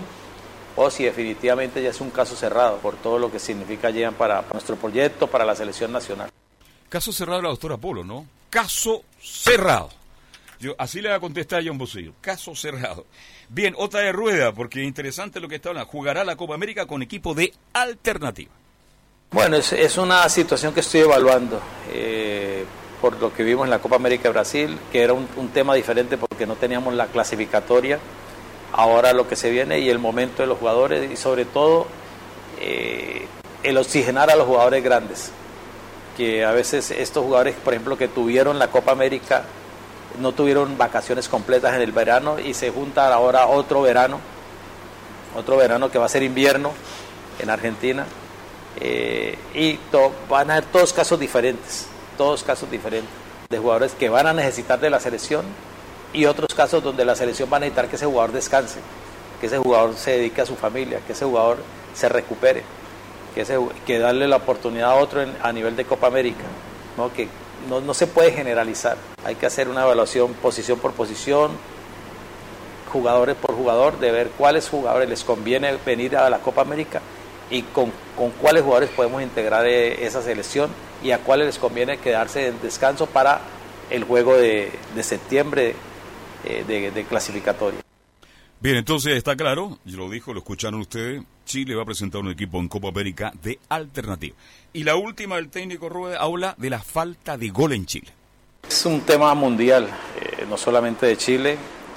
o si definitivamente ya es un caso cerrado por todo lo que significa Jean para nuestro proyecto, para la selección nacional. Caso cerrado la doctora Polo, ¿no? Caso cerrado. Yo, así le va a contestar a Jean Bosellur. Caso cerrado. Bien, otra de Rueda, porque es interesante lo que está hablando. Jugará la Copa América con equipo de alternativa. Bueno, es, es una situación que estoy evaluando. Eh, por lo que vimos en la Copa América de Brasil, que era un, un tema diferente porque no teníamos la clasificatoria. Ahora lo que se viene y el momento de los jugadores, y sobre todo eh, el oxigenar a los jugadores grandes, que a veces estos jugadores, por ejemplo, que tuvieron la Copa América, no tuvieron vacaciones completas en el verano, y se junta ahora otro verano, otro verano que va a ser invierno en Argentina, eh, y to, van a ser todos casos diferentes. Todos casos diferentes, de jugadores que van a necesitar de la selección, y otros casos donde la selección va a necesitar que ese jugador descanse, que ese jugador se dedique a su familia, que ese jugador se recupere, que, ese, que darle la oportunidad a otro en, a nivel de Copa América, ¿no? Que no, no se puede generalizar, hay que hacer una evaluación posición por posición, jugadores por jugador, de ver cuáles jugadores les conviene venir a la Copa América y con, con cuáles jugadores podemos integrar esa selección, y a cuáles les conviene quedarse en descanso para el juego de, de septiembre eh, de, de clasificatoria. Bien, entonces está claro, yo lo dijo, lo escucharon ustedes, Chile va a presentar un equipo en Copa América de alternativa. Y la última del técnico Rueda habla de la falta de gol en Chile. Es un tema mundial, eh, no solamente de Chile,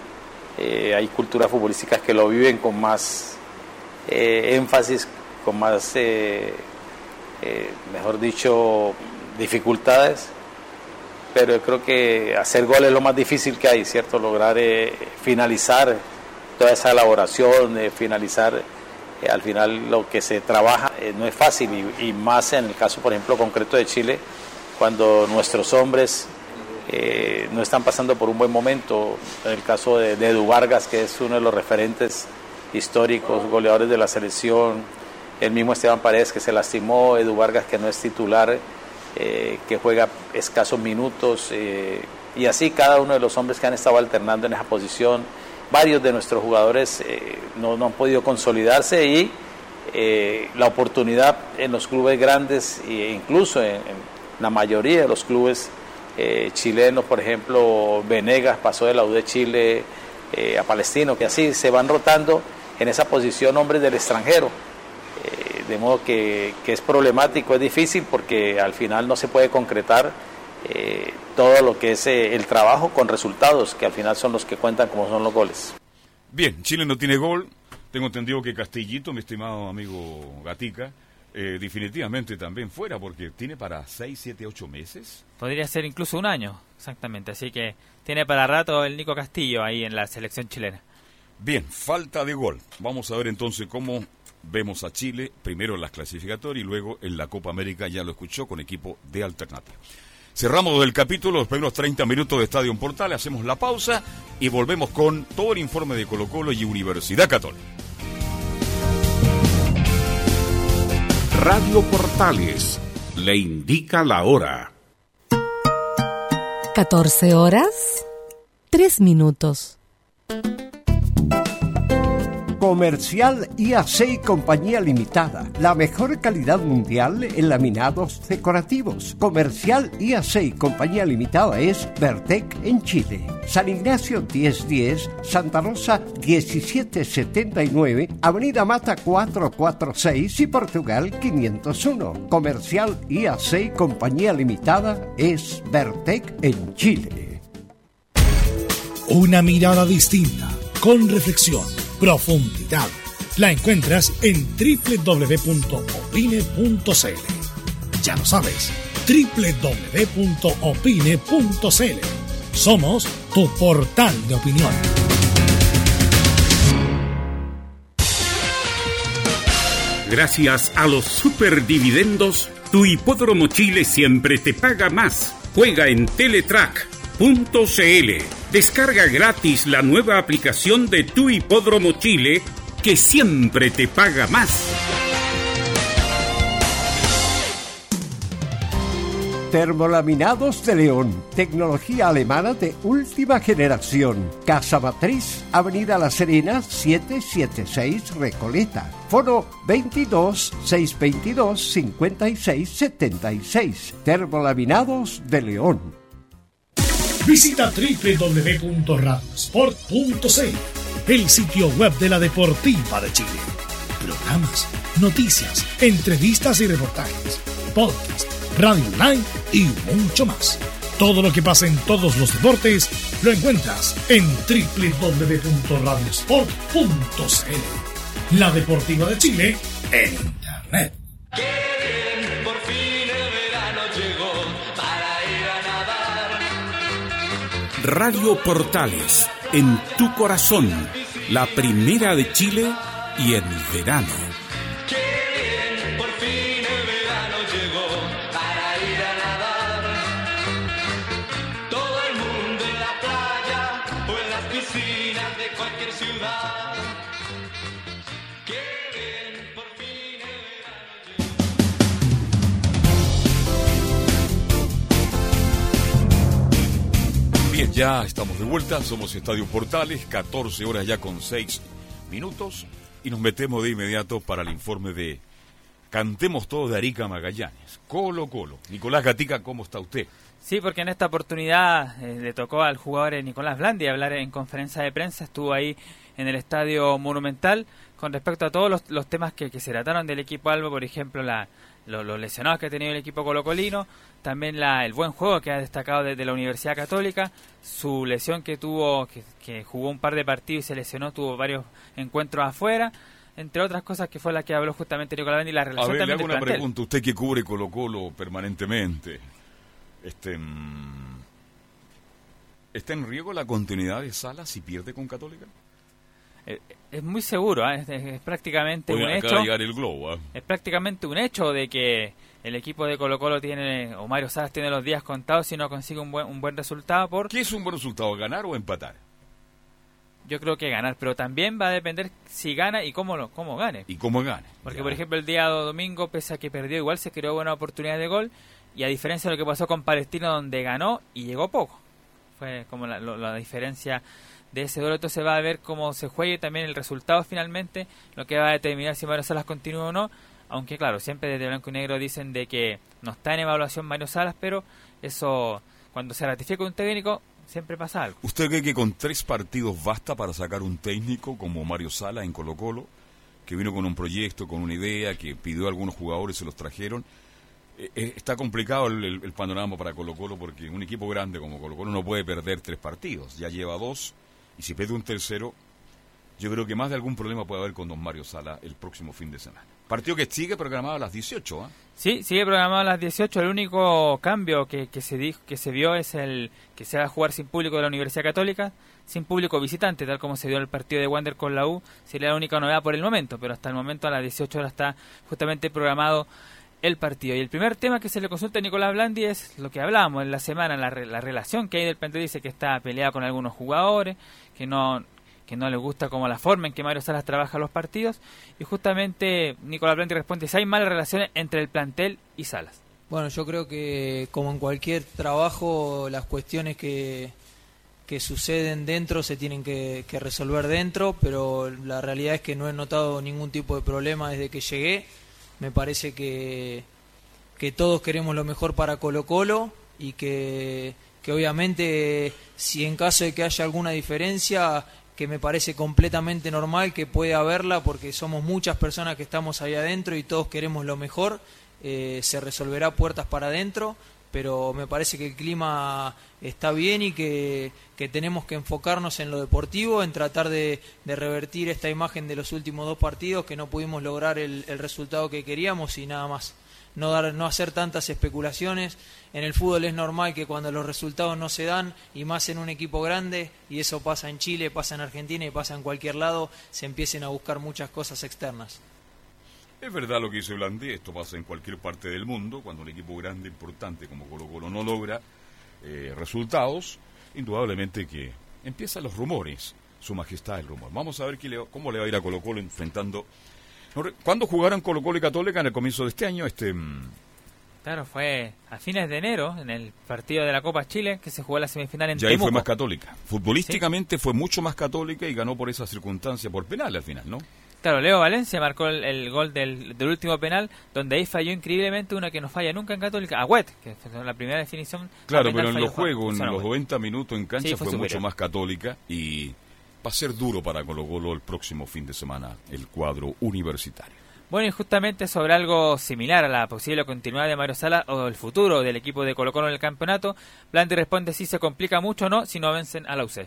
eh, hay culturas futbolísticas que lo viven con más eh, énfasis, con más... Eh, Eh, mejor dicho, dificultades, pero yo creo que hacer gol es lo más difícil que hay, ¿cierto? Lograr eh, finalizar toda esa elaboración, eh, finalizar eh, al final lo que se trabaja eh, no es fácil y, y más en el caso, por ejemplo, concreto de Chile, cuando nuestros hombres eh, no están pasando por un buen momento. En el caso de, de Edu Vargas, que es uno de los referentes históricos, goleadores de la selección, el mismo Esteban Paredes que se lastimó, Edu Vargas que no es titular, eh, que juega escasos minutos, eh, y así cada uno de los hombres que han estado alternando en esa posición. Varios de nuestros jugadores eh, no, no han podido consolidarse y eh, la oportunidad en los clubes grandes e incluso en, en la mayoría de los clubes eh, chilenos, por ejemplo, Venegas pasó de la U de Chile eh, a Palestino, que así se van rotando en esa posición hombres del extranjero. Eh, de modo que, que es problemático, es difícil porque al final no se puede concretar eh, todo lo que es eh, el trabajo con resultados, que al final son los que cuentan como son los goles. Bien, Chile no tiene gol. Tengo entendido que Castillito, mi estimado amigo Gatica, eh, definitivamente también fuera, porque tiene para seis, siete, ocho meses. Podría ser incluso un año, exactamente. Así que tiene para rato el Nico Castillo ahí en la selección chilena. Bien, falta de gol. Vamos a ver entonces cómo vemos a Chile, primero en las clasificatorias y luego en la Copa América, ya lo escuchó, con equipo de alternativa. Cerramos el capítulo, los primeros treinta minutos de Estadio Portales, hacemos la pausa y volvemos con todo el informe de Colo-Colo y Universidad Católica. Radio Portales le indica la hora. catorce horas, tres minutos. Comercial I A C y Compañía Limitada. La mejor calidad mundial en laminados decorativos. Comercial I A C y Compañía Limitada es Vertec en Chile. San Ignacio diez diez, Santa Rosa diecisiete setenta y nueve, Avenida Mata cuatrocientos cuarenta y seis y Portugal quinientos uno. Comercial I A C y Compañía Limitada es Vertec en Chile. Una mirada distinta, con reflexión, profundidad. La encuentras en doble u doble u doble u punto opine punto c l. Ya lo sabes, doble u doble u doble u punto opine punto c l. Somos tu portal de opinión. Gracias a los superdividendos, tu Hipódromo Chile siempre te paga más. Juega en Teletrack punto c l. Descarga gratis la nueva aplicación de Tu Hipódromo Chile, que siempre te paga más. Termolaminados de León, tecnología alemana de última generación. Casa Matriz, Avenida La Serena, setecientos setenta y seis, Recoleta. Foro veintidós, seiscientos veintidós, cincuenta y seis setenta y seis. Termolaminados de León. Visita doble u doble u doble u punto radiosport punto c l, el sitio web de la Deportiva de Chile. Programas, noticias, entrevistas y reportajes, podcast, radio online y mucho más. Todo lo que pasa en todos los deportes lo encuentras en doble u doble u doble u punto radiosport punto c l. La Deportiva de Chile en Internet. Radio Portales, en tu corazón, la primera de Chile y en verano. Bien, ya estamos de vuelta, somos Estadio Portales, catorce horas ya con seis minutos, y nos metemos de inmediato para el informe de Cantemos Todos de Arica Magallanes. Colo Colo. Nicolás Gatica, ¿cómo está usted? Sí, porque en esta oportunidad eh, le tocó al jugador Nicolás Blandi hablar en conferencia de prensa, estuvo ahí en el Estadio Monumental con respecto a todos los, los temas que, que se trataron del equipo Albo, por ejemplo, la Los, los lesionados que ha tenido el equipo colocolino, también la, el buen juego que ha destacado desde la Universidad Católica, su lesión que tuvo, que, que jugó un par de partidos y se lesionó, tuvo varios encuentros afuera, entre otras cosas que fue la que habló justamente Nicolás Blandi, la relación también. A ver, le hago una plantel. pregunta, usted que cubre Colo Colo permanentemente, este, ¿está en riesgo la continuidad de Salas si pierde con Católica? eh, es muy seguro, ¿eh? es, es prácticamente Oye, un acaba hecho. de llegar el globo, ¿eh? Es prácticamente un hecho de que el equipo de Colo-Colo tiene, o Mario Salas tiene los días contados si no consigue un buen, un buen resultado. Por ¿Qué es un buen resultado, ganar o empatar? Yo creo que ganar, pero también va a depender si gana y cómo lo cómo gane. Y cómo gane. Porque, ya. por ejemplo, el día domingo, pese a que perdió, igual se creó buena oportunidad de gol. Y a diferencia de lo que pasó con Palestino, donde ganó y llegó poco. Fue como la, lo, la diferencia de ese duelo. Entonces va a ver cómo se juegue también el resultado finalmente, lo que va a determinar si Mario Salas continúa o no. Aunque, claro, siempre desde Blanco y Negro dicen de que no está en evaluación Mario Salas, pero eso, cuando se ratifica un técnico, siempre pasa algo. ¿Usted cree que con tres partidos basta para sacar un técnico como Mario Salas en Colo-Colo, que vino con un proyecto, con una idea, que pidió a algunos jugadores, se los trajeron? Eh, está complicado el, el, el panorama para Colo-Colo, porque un equipo grande como Colo-Colo no puede perder tres partidos, ya lleva dos, y si pierde un tercero, yo creo que más de algún problema puede haber con don Mario Salas el próximo fin de semana. Partido que sigue programado a las dieciocho, ¿eh? Sí, sigue programado a las dieciocho. El único cambio que, que se dijo, que se vio es el que se va a jugar sin público de la Universidad Católica, sin público visitante, tal como se dio el partido de Wander con la U. Sería la única novedad por el momento, pero hasta el momento a las dieciocho horas está justamente programado el partido. Y el primer tema que se le consulta a Nicolás Blandi es lo que hablábamos en la semana, la, la relación que hay del plantel. Dice que está peleado con algunos jugadores, que no... que no le gusta como la forma en que Mario Salas trabaja los partidos, y justamente Nicolás Blandi responde si hay malas relaciones entre el plantel y Salas. Bueno, yo creo que como en cualquier trabajo, las cuestiones que, que suceden dentro se tienen que, que resolver dentro, pero la realidad es que no he notado ningún tipo de problema desde que llegué. Me parece que, que todos queremos lo mejor para Colo-Colo y que, que obviamente si en caso de que haya alguna diferencia, que me parece completamente normal que puede haberla porque somos muchas personas que estamos ahí adentro y todos queremos lo mejor, eh, se resolverá puertas para adentro, pero me parece que el clima está bien y que, que tenemos que enfocarnos en lo deportivo, en tratar de, de revertir esta imagen de los últimos dos partidos, que no pudimos lograr el, el resultado que queríamos y nada más. No, dar, no hacer tantas especulaciones. En el fútbol es normal que cuando los resultados no se dan, y más en un equipo grande, y eso pasa en Chile, pasa en Argentina y pasa en cualquier lado, se empiecen a buscar muchas cosas externas. Es verdad lo que dice Blandi, esto pasa en cualquier parte del mundo, cuando un equipo grande, importante como Colo-Colo no logra eh, resultados, indudablemente que empiezan los rumores, su majestad el rumor. Vamos a ver qué le, cómo le va a ir a Colo-Colo enfrentando... ¿Cuándo jugaron Colo-Colo y Católica? En el comienzo de este año. este Claro, fue a fines de enero, en el partido de la Copa Chile, que se jugó la semifinal en Ya Temuco. ahí fue más Católica. Futbolísticamente ¿Sí? Fue mucho más Católica y ganó por esa circunstancia, por penal al final, ¿no? Claro, Leo Valencia marcó el, el gol del, del último penal, donde ahí falló increíblemente una que no falla nunca en Católica, Agüet, que fue la primera definición. Claro, pero en los juegos, en los noventa minutos en cancha, sí, fue, fue mucho más Católica y va a ser duro para Colo-Colo el próximo fin de semana, el cuadro universitario. Bueno, y justamente sobre algo similar a la posible continuidad de Mario Salas o el futuro del equipo de Colo-Colo en el campeonato, Blandi responde si se complica mucho o no si no vencen a la U C.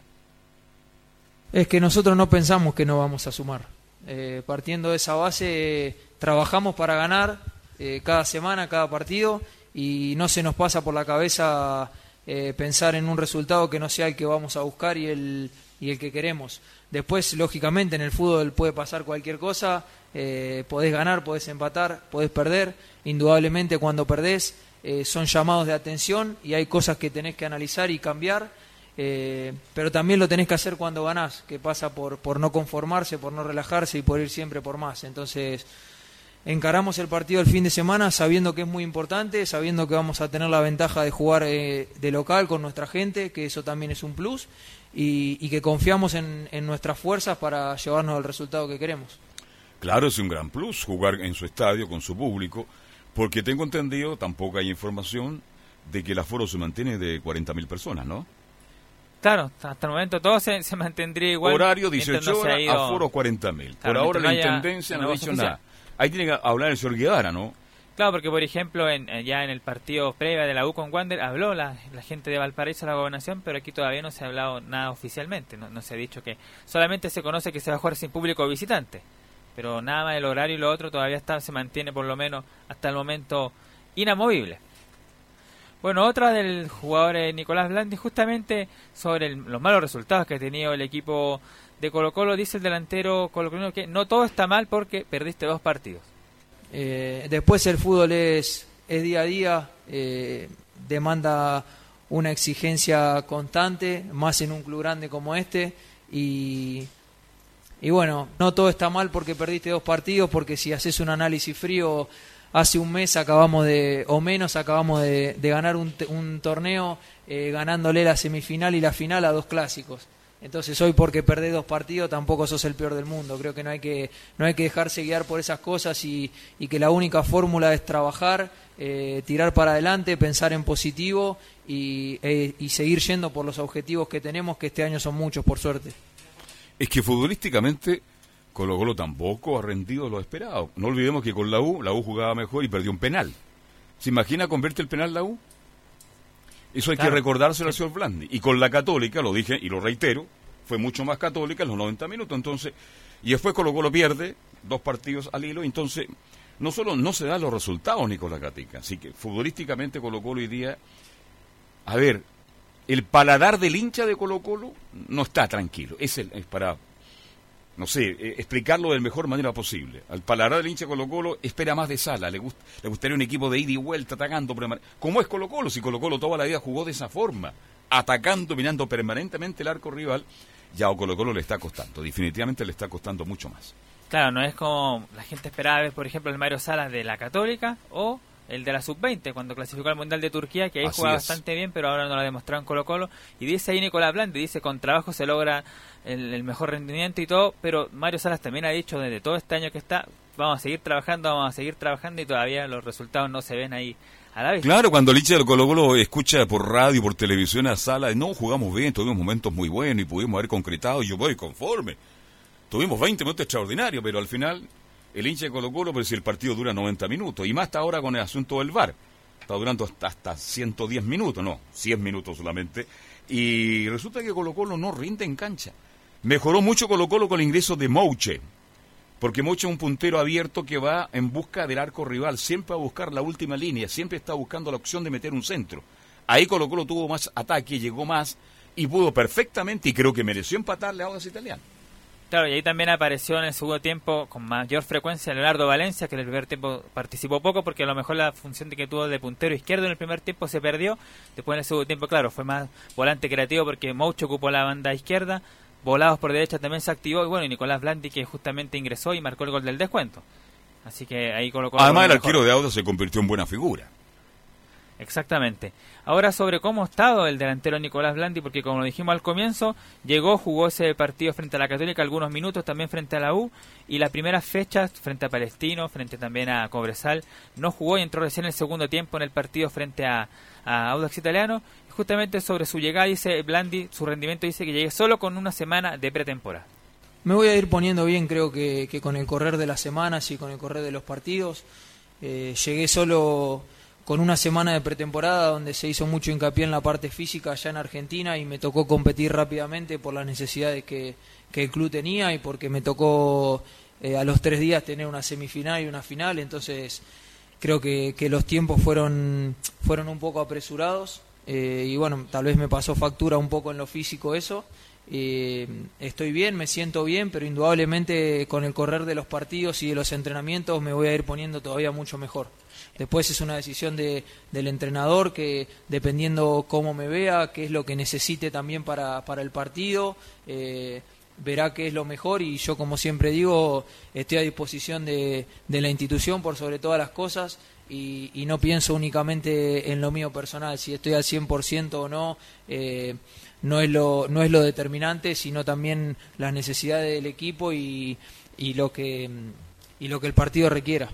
Es que nosotros no pensamos que no vamos a sumar. Eh, partiendo de esa base, eh, trabajamos para ganar eh, cada semana, cada partido, y no se nos pasa por la cabeza eh, pensar en un resultado que no sea el que vamos a buscar y el, y el que queremos. Después, lógicamente, en el fútbol puede pasar cualquier cosa, eh, podés ganar, podés empatar, podés perder. Indudablemente cuando perdés eh, son llamados de atención y hay cosas que tenés que analizar y cambiar, eh, pero también lo tenés que hacer cuando ganás, que pasa por, por no conformarse, por no relajarse y por ir siempre por más. Entonces encaramos el partido el fin de semana sabiendo que es muy importante, sabiendo que vamos a tener la ventaja de jugar eh, de local con nuestra gente, que eso también es un plus, y, y que confiamos en, en nuestras fuerzas para llevarnos al resultado que queremos. Claro, es un gran plus jugar en su estadio con su público, porque tengo entendido, tampoco hay información de que el aforo se mantiene de cuarenta mil personas, ¿no? Claro, hasta el momento todo se, se mantendría igual. Horario dieciocho horas, ido... aforo cuarenta mil. Por claro, ahora no la Intendencia no ha dicho nada. Ahí tiene que hablar el señor Guevara, ¿no? Claro, porque por ejemplo, en, ya en el partido previo de la U con Wander habló la, la gente de Valparaíso a la gobernación, pero aquí todavía no se ha hablado nada oficialmente. No, no se ha dicho que... Solamente se conoce que se va a jugar sin público visitante, pero nada más el horario y lo otro todavía está se mantiene por lo menos hasta el momento inamovible. Bueno, otra del jugador eh, Nicolás Blandi, justamente sobre el, los malos resultados que ha tenido el equipo de Colo-Colo, dice el delantero colocolino que no todo está mal porque perdiste dos partidos. Eh, después el fútbol es, es día a día, eh, demanda una exigencia constante, más en un club grande como este, y, y bueno, no todo está mal porque perdiste dos partidos, porque si haces un análisis frío, hace un mes acabamos de, o menos, acabamos de, de ganar un, un torneo eh, ganándole la semifinal y la final a dos clásicos. Entonces hoy porque perdés dos partidos tampoco sos el peor del mundo. Creo que no hay que no hay que dejarse guiar por esas cosas y, y que la única fórmula es trabajar, eh, tirar para adelante, pensar en positivo y, eh, y seguir yendo por los objetivos que tenemos, que este año son muchos, por suerte. Es que futbolísticamente Colo-Colo tampoco ha rendido lo esperado. No olvidemos que con la U, la U jugaba mejor y perdió un penal. ¿Se imagina convierte el penal la U? Eso hay claro, que recordárselo sí. al señor Blandi. Y con la Católica, lo dije y lo reitero, fue mucho más Católica en los noventa minutos. Entonces, y después Colo-Colo pierde dos partidos al hilo. Entonces, no solo no se dan los resultados, Nicolás Gatica. Así que futbolísticamente Colo-Colo hoy día, a ver, el paladar del hincha de Colo-Colo no está tranquilo. Es, el, es para, no sé, eh, explicarlo de la mejor manera posible. Al paladar del hincha de Colo-Colo espera más de Sala. Le, gust, le gustaría un equipo de ida y vuelta, atacando. ¿Cómo es Colo-Colo? Si Colo-Colo toda la vida jugó de esa forma, atacando, mirando permanentemente el arco rival, ya a Colo-Colo le está costando. Definitivamente le está costando mucho más. Claro, no es como la gente esperaba ver, por ejemplo, el Mario Salas de la Católica o el de la sub veinte, cuando clasificó al Mundial de Turquía, que ahí Así jugaba es. bastante bien, pero ahora no lo ha demostrado en Colo-Colo. Y dice ahí Nicolás Blandi, dice, con trabajo se logra el, el mejor rendimiento y todo, pero Mario Salas también ha dicho desde todo este año que está, vamos a seguir trabajando, vamos a seguir trabajando, y todavía los resultados no se ven ahí a la vista. Claro, cuando el hincha del Colo-Colo escucha por radio, por televisión a Sala, no, jugamos bien, tuvimos momentos muy buenos y pudimos haber concretado, y yo voy conforme. Tuvimos veinte minutos extraordinarios, pero al final el hincha de Colo-Colo, pero si el partido dura noventa minutos, y más hasta ahora con el asunto del V A R, está durando hasta, hasta ciento diez minutos, no, cien minutos solamente, y resulta que Colo-Colo no rinde en cancha. Mejoró mucho Colo-Colo con el ingreso de Mouche, porque Mouche es un puntero abierto que va en busca del arco rival, siempre va a buscar la última línea, siempre está buscando la opción de meter un centro. Ahí Colo-Colo tuvo más ataque, llegó más, y pudo perfectamente, y creo que mereció empatarle a Audax Italiano. Claro, y ahí también apareció en el segundo tiempo con mayor frecuencia Leonardo Valencia, que en el primer tiempo participó poco porque a lo mejor la función de que tuvo de puntero izquierdo en el primer tiempo se perdió. Después en el segundo tiempo, claro, fue más volante creativo porque Mouche ocupó la banda izquierda, Volados por derecha también se activó, y bueno, y Nicolás Blandi, que justamente ingresó y marcó el gol del descuento. Así que ahí colocó... Además el arquero de Audax se convirtió en buena figura. Exactamente. Ahora sobre cómo ha estado el delantero Nicolás Blandi, porque como lo dijimos al comienzo, llegó, jugó ese partido frente a la Católica, algunos minutos también frente a la U, y las primeras fechas frente a Palestino, frente también a Cobresal, no jugó y entró recién en el segundo tiempo en el partido frente a, a Audax Italiano. Y justamente sobre su llegada, dice Blandi, su rendimiento dice que llegue solo con una semana de pretemporada. Me voy a ir poniendo bien, creo que, que con el correr de las semanas y con el correr de los partidos. Eh, llegué solo con una semana de pretemporada donde se hizo mucho hincapié en la parte física allá en Argentina, y me tocó competir rápidamente por las necesidades que, que el club tenía, y porque me tocó eh, a los tres días tener una semifinal y una final. Entonces creo que, que los tiempos fueron, fueron un poco apresurados, eh, y bueno, tal vez me pasó factura un poco en lo físico eso. Eh, estoy bien, me siento bien, pero indudablemente con el correr de los partidos y de los entrenamientos me voy a ir poniendo todavía mucho mejor. Después es una decisión de, del entrenador, que dependiendo cómo me vea, qué es lo que necesite también para, para el partido, eh, verá qué es lo mejor, y yo, como siempre digo, estoy a disposición de, de la institución por sobre todas las cosas, y, y no pienso únicamente en lo mío personal, si estoy al cien por ciento o no. Eh, no es lo no es lo determinante, sino también las necesidades del equipo y, y lo que y lo que el partido requiera.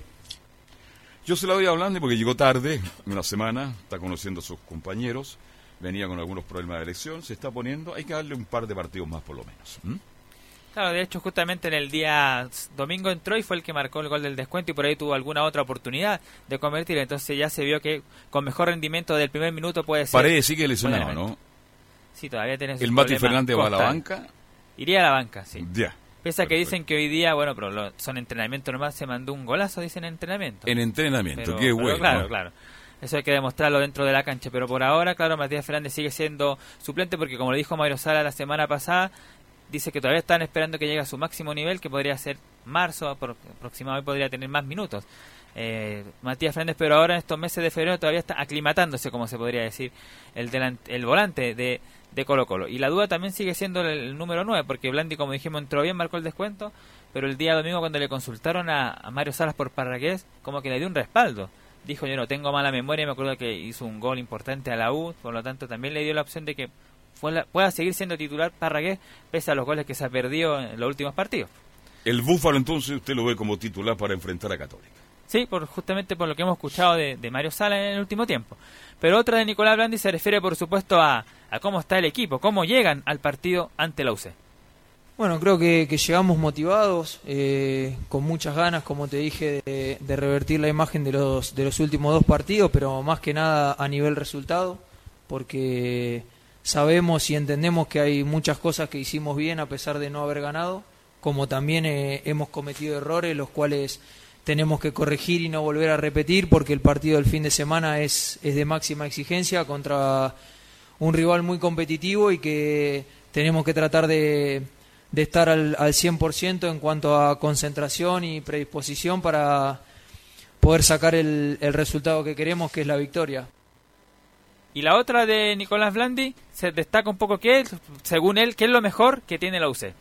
Yo se la voy hablando porque llegó tarde, una semana, está conociendo a sus compañeros, venía con algunos problemas de elección, se está poniendo, hay que darle un par de partidos más por lo menos. ¿Mm? Claro, de hecho justamente en el día domingo entró y fue el que marcó el gol del descuento, y por ahí tuvo alguna otra oportunidad de convertir, entonces ya se vio que con mejor rendimiento del primer minuto puede ser... Parece sí que lesionado, ¿no? Sí, todavía tiene sus ¿El Mati problemas Fernández va a la constantes. banca? Iría a la banca, sí. Ya. Pese a que dicen que hoy día, bueno, pero lo, son entrenamientos nomás, se mandó un golazo, dicen en entrenamiento. En entrenamiento, pero, qué pero bueno. Claro, claro. Eso hay que demostrarlo dentro de la cancha, pero por ahora, claro, Matías Fernández sigue siendo suplente porque, como lo dijo Mario Sala la semana pasada, dice que todavía están esperando que llegue a su máximo nivel, que podría ser marzo, aproximadamente podría tener más minutos. Eh, Matías Fernández, pero ahora en estos meses de febrero todavía está aclimatándose, como se podría decir, el, delante, el volante de, de Colo Colo. Y la duda también sigue siendo el, el número nueve, porque Blandi, como dijimos, entró bien, marcó el descuento, pero el día domingo cuando le consultaron a, a Mario Salas por Parragués, como que le dio un respaldo. Dijo, yo no tengo mala memoria, me acuerdo que hizo un gol importante a la U, por lo tanto también le dio la opción de que fuera, pueda seguir siendo titular Parragués, pese a los goles que se ha perdido en los últimos partidos. El Búfalo, entonces, usted lo ve como titular para enfrentar a Católica. Sí, por, justamente por lo que hemos escuchado de, de Mario Sala en el último tiempo. Pero otra de Nicolás Blandi se refiere, por supuesto, a, a cómo está el equipo, cómo llegan al partido ante la U C. Bueno, creo que, que llegamos motivados, eh, con muchas ganas, como te dije, de, de revertir la imagen de los, de los últimos dos partidos, pero más que nada a nivel resultado, porque sabemos y entendemos que hay muchas cosas que hicimos bien a pesar de no haber ganado, como también eh, hemos cometido errores, los cuales tenemos que corregir y no volver a repetir, porque el partido del fin de semana es, es de máxima exigencia contra un rival muy competitivo y que tenemos que tratar de, de estar al, al cien por ciento en cuanto a concentración y predisposición para poder sacar el, el resultado que queremos, que es la victoria. Y la otra de Nicolás Blandi, se destaca un poco que, según él, ¿qué es lo mejor que tiene la U C?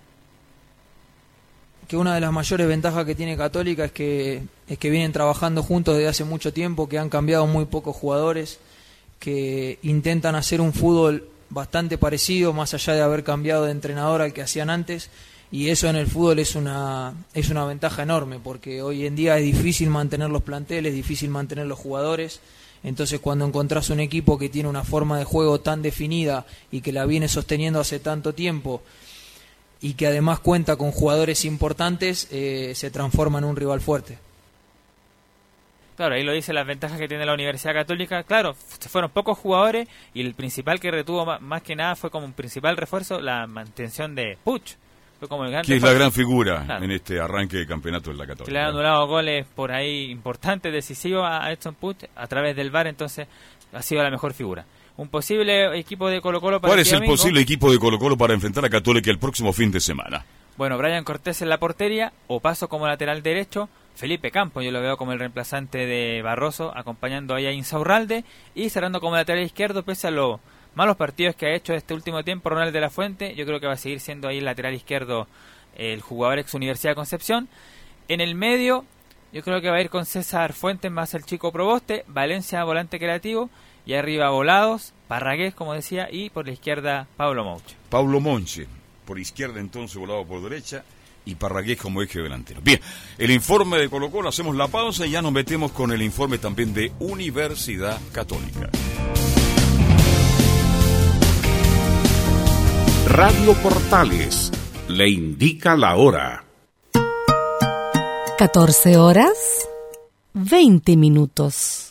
Que una de las mayores ventajas que tiene Católica es que es que vienen trabajando juntos desde hace mucho tiempo, que han cambiado muy pocos jugadores, que intentan hacer un fútbol bastante parecido, más allá de haber cambiado de entrenador al que hacían antes, y eso en el fútbol es una es una ventaja enorme, porque hoy en día es difícil mantener los planteles, es difícil mantener los jugadores. Entonces, cuando encontrás un equipo que tiene una forma de juego tan definida y que la viene sosteniendo hace tanto tiempo, y que además cuenta con jugadores importantes, eh, se transforma en un rival fuerte. Claro, ahí lo dice las ventajas que tiene la Universidad Católica. Claro, se fueron pocos jugadores y el principal que retuvo más, más que nada fue como un principal refuerzo la mantención de Puch. Fue como el gran que es la gran figura, claro, en este arranque de campeonato de la Católica. Que le han anulado goles por ahí importantes, decisivos a Edson Puch a través del V A R, entonces ha sido la mejor figura. Un posible equipo de Colo Colo para ¿Cuál el es el domingo? posible equipo de Colo Colo para enfrentar a Católica el próximo fin de semana? Bueno, Brian Cortés en la portería, Opaso como lateral derecho, Felipe Campos, yo lo veo como el reemplazante de Barroso, acompañando ahí a Insaurralde, y cerrando como lateral izquierdo, pese a los malos partidos que ha hecho este último tiempo Ronald de la Fuente, yo creo que va a seguir siendo ahí el lateral izquierdo el jugador ex Universidad de Concepción. En el medio, yo creo que va a ir con César Fuentes más el Chico Proboste, Valencia volante creativo, y arriba Volados, Parragués, como decía, y por la izquierda Pablo Monche. Pablo Monche, por izquierda entonces, Volado por derecha, y Parragués como eje delantero. Bien, el informe de Colo Colo, hacemos la pausa y ya nos metemos con el informe también de Universidad Católica. Radio Portales le indica la hora. catorce horas, veinte minutos.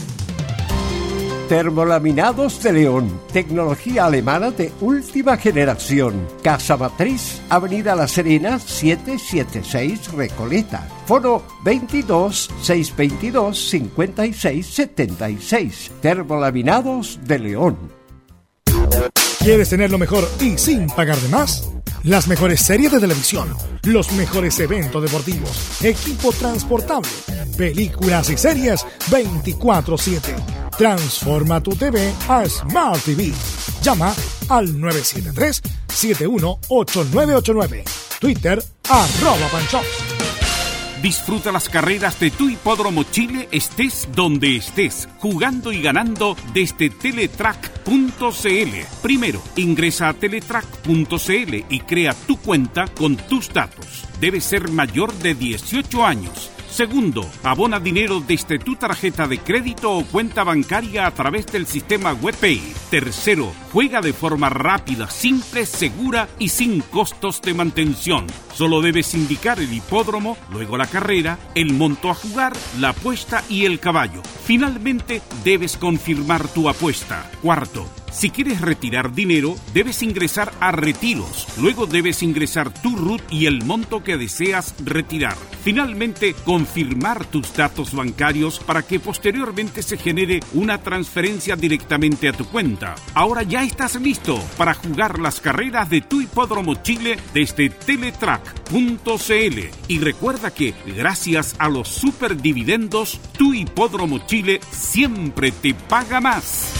Termolaminados de León, tecnología alemana de última generación. Casa Matriz, Avenida La Serena, setecientos setenta y seis Recoleta. Foro veintidós, seiscientos veintidós, cincuenta y seis setenta y seis. Termolaminados de León. ¿Quieres tener lo mejor y sin pagar de más? Las mejores series de televisión, los mejores eventos deportivos, equipo transportable, películas y series veinticuatro siete. Transforma tu T V a Smart T V. Llama al nueve siete tres, siete uno ocho nueve ocho nueve. Twitter, arroba Panchops. Disfruta las carreras de tu Hipódromo Chile, estés donde estés, jugando y ganando desde teletrack punto c l. Primero, ingresa a teletrack punto c l y crea tu cuenta con tus datos. Debes ser mayor de dieciocho años. Segundo, abona dinero desde tu tarjeta de crédito o cuenta bancaria a través del sistema WebPay. Tercero, juega de forma rápida, simple, segura y sin costos de mantención. Solo debes indicar el hipódromo, luego la carrera, el monto a jugar, la apuesta y el caballo. Finalmente, debes confirmar tu apuesta. Cuarto, Si quieres retirar dinero, debes ingresar a Retiros. Luego debes ingresar tu R U T y el monto que deseas retirar. Finalmente, confirmar tus datos bancarios para que posteriormente se genere una transferencia directamente a tu cuenta. Ahora ya estás listo para jugar las carreras de tu Hipódromo Chile desde teletrack punto c l. Y recuerda que, gracias a los superdividendos, tu Hipódromo Chile siempre te paga más.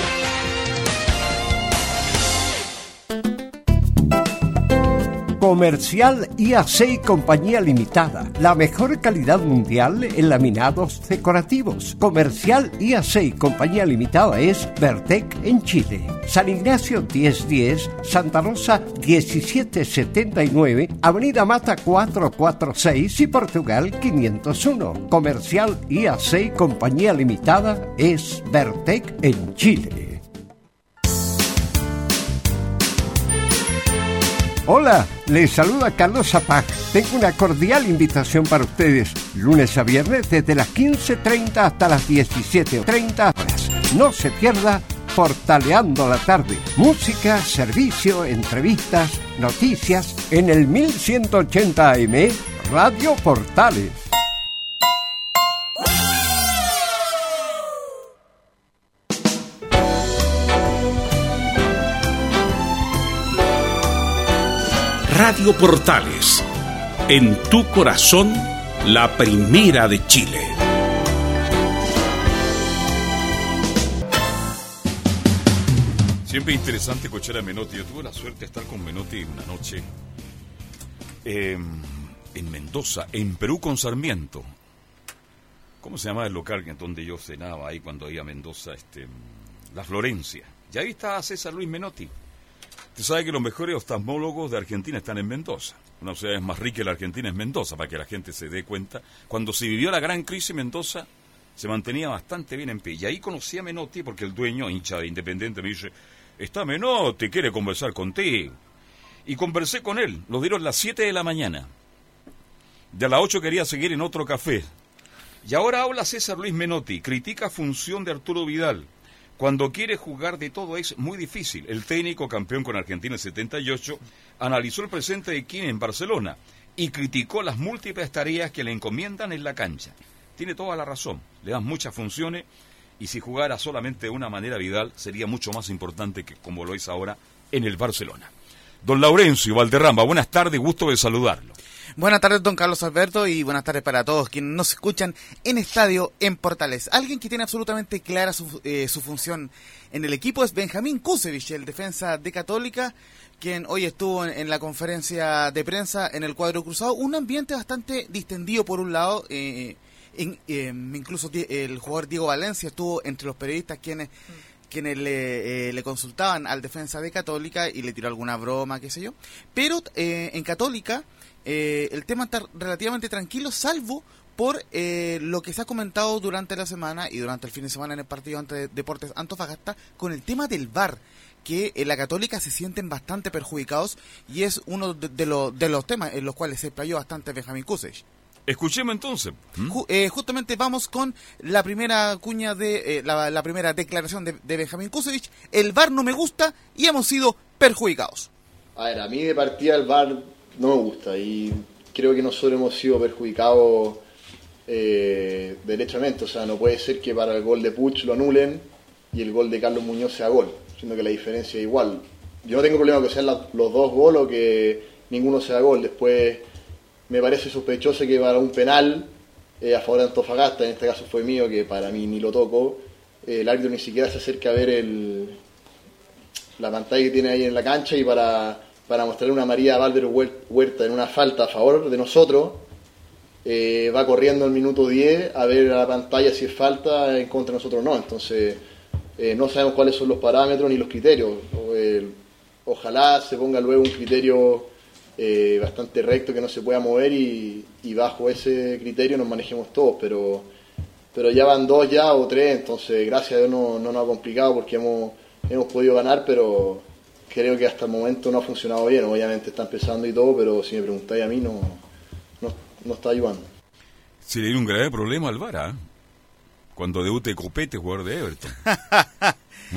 Comercial I A C y Compañía Limitada. La mejor calidad mundial en laminados decorativos. Comercial I A C y Compañía Limitada es Vertec en Chile. San Ignacio diez diez, Santa Rosa diecisiete setenta y nueve, Avenida Mata cuatrocientos cuarenta y seis y Portugal quinientos uno. Comercial I A C y Compañía Limitada es Vertec en Chile. Hola, les saluda Carlos Zapag. Tengo una cordial invitación para ustedes. Lunes a viernes desde las quince treinta hasta las diecisiete treinta horas. No se pierda Portaleando la Tarde. Música, servicio, entrevistas, noticias en el mil ciento ochenta A M Radio Portales. Radio Portales, en tu corazón, la primera de Chile. Siempre interesante escuchar a Menotti. Yo tuve la suerte de estar con Menotti una noche eh, en Mendoza, en Perú con Sarmiento. ¿Cómo se llama el local donde yo cenaba ahí cuando iba a Mendoza? Este, La Florencia. Y ahí está César Luis Menotti. Usted sabe que los mejores oftalmólogos de Argentina están en Mendoza. Una de las ciudades más ricas de la Argentina es Mendoza, para que la gente se dé cuenta. Cuando se vivió la gran crisis, Mendoza se mantenía bastante bien en pie. Y ahí conocí a Menotti porque el dueño, hincha de Independiente, me dice, está Menotti, quiere conversar contigo. Y conversé con él, lo dieron las siete de la mañana. De a las ocho quería seguir en otro café. Y ahora habla César Luis Menotti, critica función de Arturo Vidal. Cuando quiere jugar de todo es muy difícil. El técnico campeón con Argentina en setenta y ocho analizó el presente de Quine en Barcelona y criticó las múltiples tareas que le encomiendan en la cancha. Tiene toda la razón, le dan muchas funciones y si jugara solamente de una manera Vidal sería mucho más importante que como lo es ahora en el Barcelona. Don Laurencio Valderrama, buenas tardes, gusto de saludarlo. Buenas tardes, don Carlos Alberto, y buenas tardes para todos quienes nos escuchan en Estadio en Portales. Alguien que tiene absolutamente clara su, eh, su función en el equipo es Benjamín Kusevich, el defensa de Católica, quien hoy estuvo en, en la conferencia de prensa en el cuadro cruzado. Un ambiente bastante distendido por un lado, eh, en, eh, incluso el jugador Diego Valencia estuvo entre los periodistas quienes... quienes le, eh, le consultaban al defensa de Católica y le tiró alguna broma, qué sé yo. Pero eh, en Católica eh, el tema está relativamente tranquilo, salvo por eh, lo que se ha comentado durante la semana y durante el fin de semana en el partido ante Deportes Antofagasta con el tema del V A R, que en la Católica se sienten bastante perjudicados y es uno de, de, lo, de los temas en los cuales se explayó bastante Benjamín Kusevich. Escuchemos entonces. ¿Mm? Ju- eh, justamente vamos con la primera cuña de eh, la, la primera declaración de, de Benjamín Kusevich. El V A R no me gusta y hemos sido perjudicados. A ver, a mí de partida el V A R no me gusta y creo que nosotros hemos sido perjudicados eh, derechamente. O sea, no puede ser que para el gol de Puch lo anulen y el gol de Carlos Muñoz sea gol, siendo que la diferencia es igual. Yo no tengo problema que sean la, los dos goles o que ninguno sea gol. Después me parece sospechoso que para un penal eh, a favor de Antofagasta, en este caso fue mío, que para mí ni lo toco, eh, el árbitro ni siquiera se acerca a ver el, la pantalla que tiene ahí en la cancha y para, para mostrarle una amarilla a Valver Huerta en una falta a favor de nosotros, eh, va corriendo al minuto diez a ver a la pantalla si es falta en contra de nosotros o no. Entonces eh, no sabemos cuáles son los parámetros ni los criterios. O, eh, ojalá se ponga luego un criterio Eh, bastante recto que no se pueda mover y, y bajo ese criterio nos manejemos todos, pero pero ya van dos ya o tres, entonces gracias a Dios no, no nos ha complicado porque hemos, hemos podido ganar, pero creo que hasta el momento no ha funcionado bien. Obviamente está empezando y todo, pero si me preguntáis a mí no, no, no está ayudando. Se le dio un grave problema al V A R, ¿eh? Cuando debute Copete, jugador de Everton. ¿No?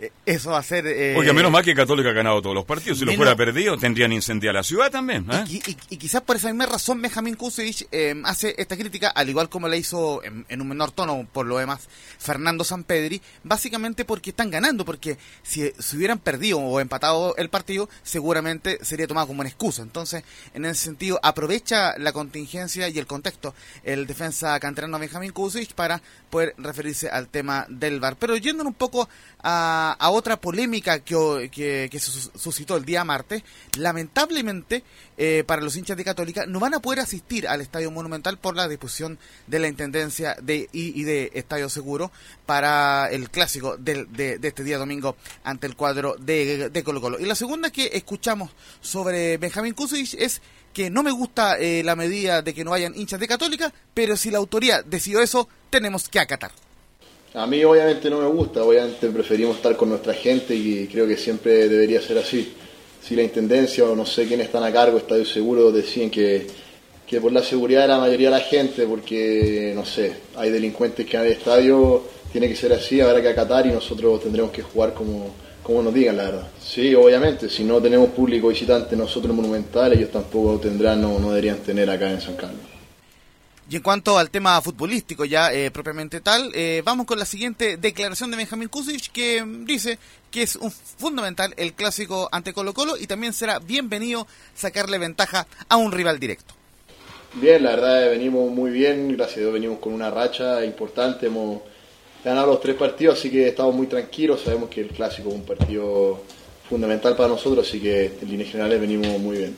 eso va a ser... Eh, Oiga, menos mal que Católica ha ganado todos los partidos. Si menos, lo fuera perdido, tendrían incendiar la ciudad también. ¿eh? Y, y, y quizás por esa misma razón Benjamín Kusevich eh, hace esta crítica, al igual como la hizo en, en un menor tono, por lo demás, Fernando Sampedri, básicamente porque están ganando, porque si, si hubieran perdido o empatado el partido, seguramente sería tomado como una excusa. Entonces, en ese sentido, aprovecha la contingencia y el contexto el defensa canterano Benjamín Kusevich para poder referirse al tema del V A R. Pero yendo un poco a, a otra polémica que, que, que se suscitó el día martes, lamentablemente eh, para los hinchas de Católica no van a poder asistir al Estadio Monumental por la disposición de la Intendencia de, y, y de Estadio Seguro para el clásico del, de, de este día domingo ante el cuadro de, de Colo Colo. Y la segunda que escuchamos sobre Benjamín Kusevich es que no me gusta eh, la medida de que no hayan hinchas de Católica, pero si la autoridad decidió eso, tenemos que acatar. A mí obviamente no me gusta, obviamente preferimos estar con nuestra gente y creo que siempre debería ser así. Si la Intendencia o no sé quiénes están a cargo, Estadio Seguro, deciden que, que por la seguridad de la mayoría de la gente, porque no sé, hay delincuentes que van al estadio, tiene que ser así, habrá que acatar y nosotros tendremos que jugar como, como nos digan, la verdad. Sí, obviamente, si no tenemos público visitante nosotros en Monumental, ellos tampoco tendrán, no, no deberían tener acá en San Carlos. Y en cuanto al tema futbolístico ya eh, propiamente tal, eh, vamos con la siguiente declaración de Benjamín Kusevich, que dice que es un fundamental el clásico ante Colo Colo y también será bienvenido sacarle ventaja a un rival directo. Bien, la verdad venimos muy bien, gracias a Dios venimos con una racha importante, hemos ganado los tres partidos, así que estamos muy tranquilos, sabemos que el clásico es un partido fundamental para nosotros, así que en líneas generales venimos muy bien.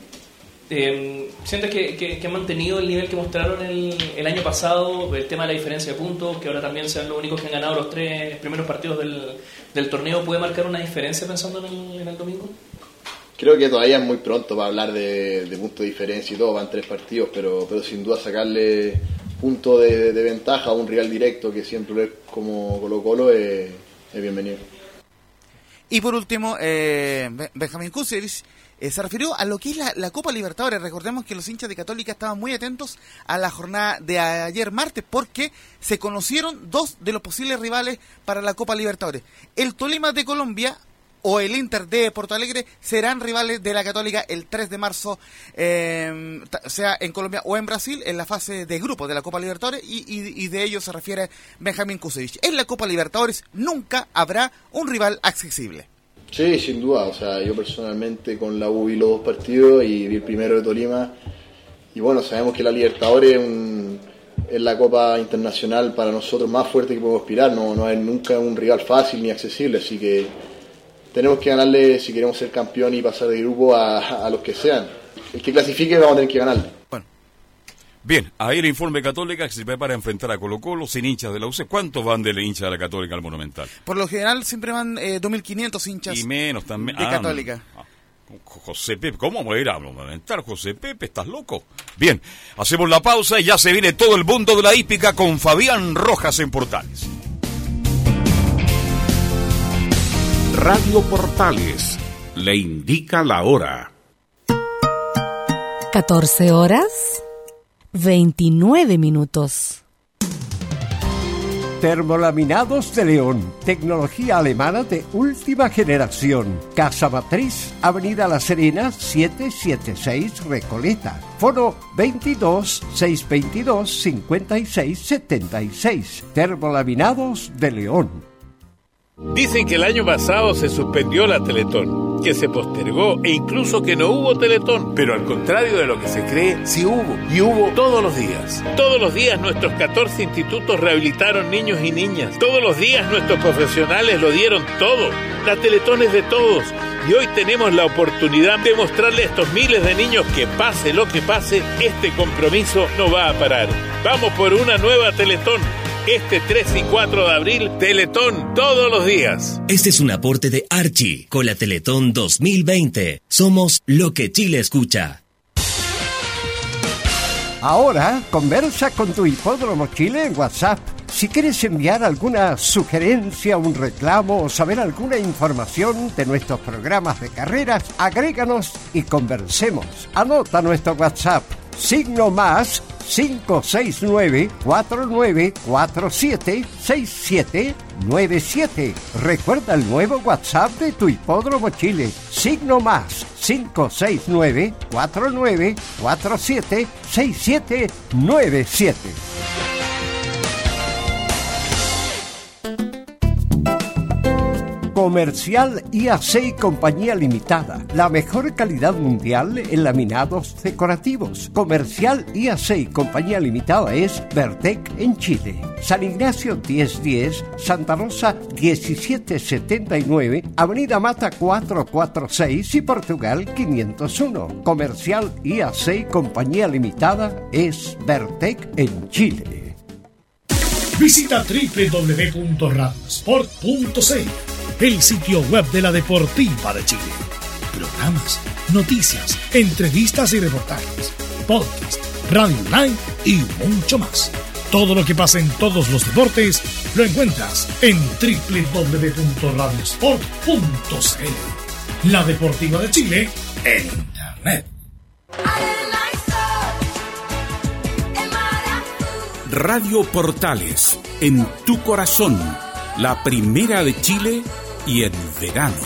Eh, ¿Sientes que, que, que han mantenido el nivel que mostraron el, el año pasado, el tema de la diferencia de puntos, que ahora también sean los únicos que han ganado los tres primeros partidos del, del torneo? ¿Puede marcar una diferencia pensando en el, en el domingo? Creo que todavía es muy pronto para hablar de, de punto de diferencia y todo, van tres partidos, pero, pero sin duda sacarle punto de, de ventaja a un rival directo que siempre lo es como Colo Colo es, es bienvenido. Y por último, eh, Benjamín Kusevich Eh, se refirió a lo que es la, la Copa Libertadores. Recordemos que los hinchas de Católica estaban muy atentos a la jornada de ayer martes porque se conocieron dos de los posibles rivales para la Copa Libertadores. El Tolima de Colombia o el Inter de Porto Alegre serán rivales de la Católica el tres de marzo, eh, sea en Colombia o en Brasil, en la fase de grupo de la Copa Libertadores, y, y, y de ello se refiere Benjamín Kusevich. En la Copa Libertadores nunca habrá un rival accesible. Sí, sin duda, o sea, yo personalmente con la U vi los dos partidos y vi el primero de Tolima y bueno, sabemos que la Libertadores es, un, es la copa internacional para nosotros más fuerte que podemos aspirar, no, no es nunca un rival fácil ni accesible, así que tenemos que ganarle si queremos ser campeón y pasar de grupo a, a los que sean. El que clasifique vamos a tener que ganarle. Bueno. Bien, ahí el informe Católica que se prepara a enfrentar a Colo Colo sin hinchas de la U C. ¿Cuántos van de la hincha de la Católica al Monumental? Por lo general siempre van eh, dos mil quinientos hinchas y menos también. de ah, Católica. Ah, José Pepe, ¿cómo voy a ir a Monumental? José Pepe, ¿estás loco? Bien, hacemos la pausa y ya se viene todo el mundo de la hípica con Fabián Rojas en Portales. Radio Portales le indica la hora. catorce horas, veintinueve minutos. Termolaminados de León, tecnología alemana de última generación. Casa Matriz, Avenida La Serena, setecientos setenta y seis Recoleta. Foro veintidós, seiscientos veintidós, cincuenta y seis setenta y seis. Termolaminados de León. Dicen que el año pasado se suspendió la Teletón, que se postergó e incluso que no hubo Teletón. Pero al contrario de lo que se cree, sí hubo, y hubo todos los días. Todos los días nuestros catorce institutos rehabilitaron niños y niñas. Todos los días nuestros profesionales lo dieron todo. La Teletón es de todos y hoy tenemos la oportunidad de mostrarle a estos miles de niños que pase lo que pase, este compromiso no va a parar. Vamos por una nueva Teletón. Este tres y cuatro de abril, Teletón todos los días. Este es un aporte de Archie con la Teletón dos mil veinte. Somos lo que Chile escucha. Ahora, conversa con tu Hipódromo Chile en WhatsApp. Si quieres enviar alguna sugerencia, un reclamo o saber alguna información de nuestros programas de carreras, agréganos y conversemos. Anota nuestro WhatsApp. Signo más cinco seis nueve, cuatro nueve cuatro siete, seis siete nueve siete. Recuerda el nuevo WhatsApp de tu Hipódromo Chile. Signo más cinco seis nueve, cuatro nueve cuatro siete, seis siete nueve siete. Comercial I A C y Compañía Limitada. La mejor calidad mundial en laminados decorativos. Comercial I A C y Compañía Limitada es Vertec en Chile. San Ignacio diez diez, Santa Rosa diecisiete setenta y nueve, Avenida Mata cuatrocientos cuarenta y seis y Portugal quinientos uno. Comercial I A C y Compañía Limitada es Vertec en Chile. Visita doble u doble u doble u punto radiosport punto c l, el sitio web de la Deportiva de Chile. Programas, noticias, entrevistas y reportajes, podcast, radio online y mucho más. Todo lo que pasa en todos los deportes lo encuentras en doble u doble u doble u punto radiosport punto c l. La Deportiva de Chile en Internet. Radio Portales, en tu corazón, la primera de Chile y en verano.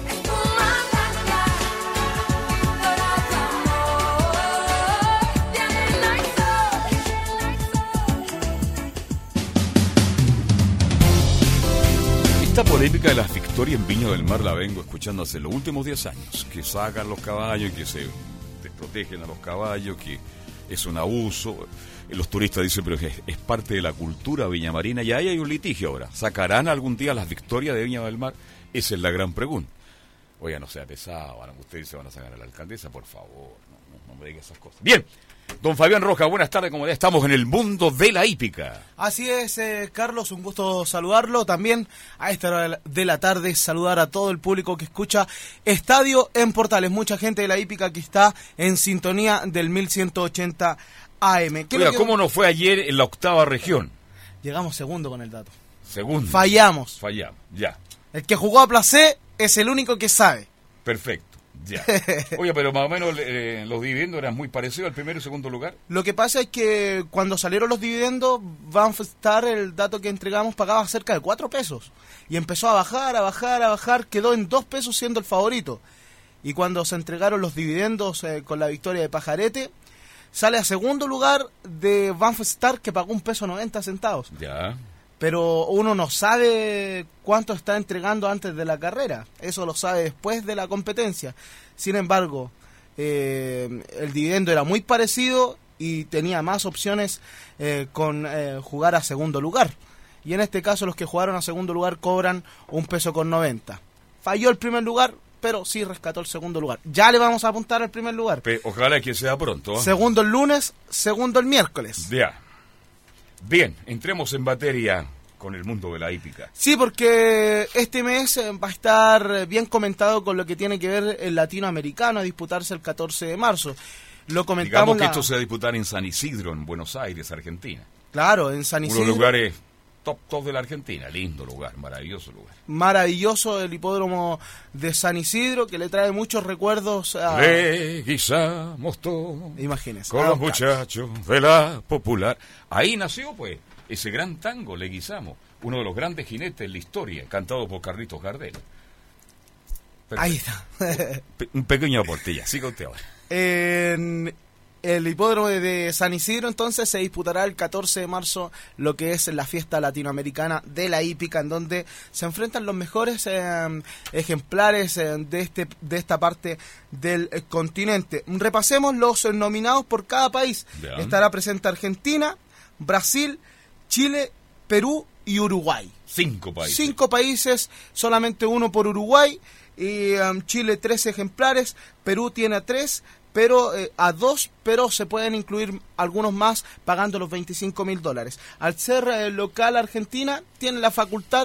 Esta polémica de las victorias en Viña del Mar la vengo escuchando hace los últimos diez años, que sacan los caballos, que se desprotegen a los caballos, que es un abuso. Los turistas dicen, pero es, es parte de la cultura viñamarina, y ahí hay un litigio ahora. ¿Sacarán algún día las victorias de Viña del Mar? Esa es la gran pregunta. Oiga, no sea pesado, ustedes se van a sacar a la alcaldesa, por favor, no, no, no me digan esas cosas. Bien, don Fabián Rojas, buenas tardes, como ya estamos en el mundo de la hípica. Así es, eh, Carlos, un gusto saludarlo. También a esta hora de la tarde saludar a todo el público que escucha Estadio en Portales. Mucha gente de la hípica que está en sintonía del mil ciento ochenta A M. Oiga, ¿cómo nos fue ayer en la octava región? Llegamos segundo con el dato. Segundo. Fallamos. Fallamos, ya. El que jugó a placé es el único que sabe. Perfecto, ya. Oye, pero más o menos eh, los dividendos eran muy parecidos al primero y segundo lugar. Lo que pasa es que cuando salieron los dividendos, Van Star, el dato que entregamos, pagaba cerca de cuatro pesos. Y empezó a bajar, a bajar, a bajar, quedó en dos pesos siendo el favorito. Y cuando se entregaron los dividendos eh, con la victoria de Pajarete, sale a segundo lugar de Van Star, que pagó un peso noventa centavos. Ya. Pero uno no sabe cuánto está entregando antes de la carrera. Eso lo sabe después de la competencia. Sin embargo, eh, el dividendo era muy parecido y tenía más opciones eh, con eh, jugar a segundo lugar. Y en este caso los que jugaron a segundo lugar cobran un peso con noventa. Falló el primer lugar, pero sí rescató el segundo lugar. Ya le vamos a apuntar al primer lugar. Pe- ojalá que sea pronto. ¿eh? Segundo el lunes, segundo el miércoles. Ya. Bien, entremos en materia con el mundo de la hípica. Sí, porque este mes va a estar bien comentado con lo que tiene que ver el latinoamericano a disputarse el catorce de marzo. Lo comentamos. Digamos que la... esto se va a disputar en San Isidro, en Buenos Aires, Argentina. Claro, en San Isidro. Uno de los lugares top, top de la Argentina. Lindo lugar, maravilloso lugar. Maravilloso el hipódromo de San Isidro, que le trae muchos recuerdos a... Le guisamos todo. Imagínese. Con los muchachos de la popular. Ahí nació, pues, ese gran tango, Le Guisamos. Uno de los grandes jinetes en la historia, cantado por Carlitos Gardel. Perfecto. Ahí está. Un pequeño aporte ya. Siga usted ahora. En el hipódromo de San Isidro entonces se disputará el catorce de marzo lo que es la fiesta latinoamericana de la hípica, en donde se enfrentan los mejores eh, ejemplares eh, de este de esta parte del eh, continente. Repasemos los eh, nominados por cada país. Ya. Estará presente Argentina, Brasil, Chile, Perú y Uruguay. Cinco países. Cinco países, solamente uno por Uruguay. Y um, Chile tres ejemplares, Perú tiene tres, pero eh, a dos, pero se pueden incluir algunos más pagando los veinticinco mil dólares. Al ser eh, local Argentina, tiene la facultad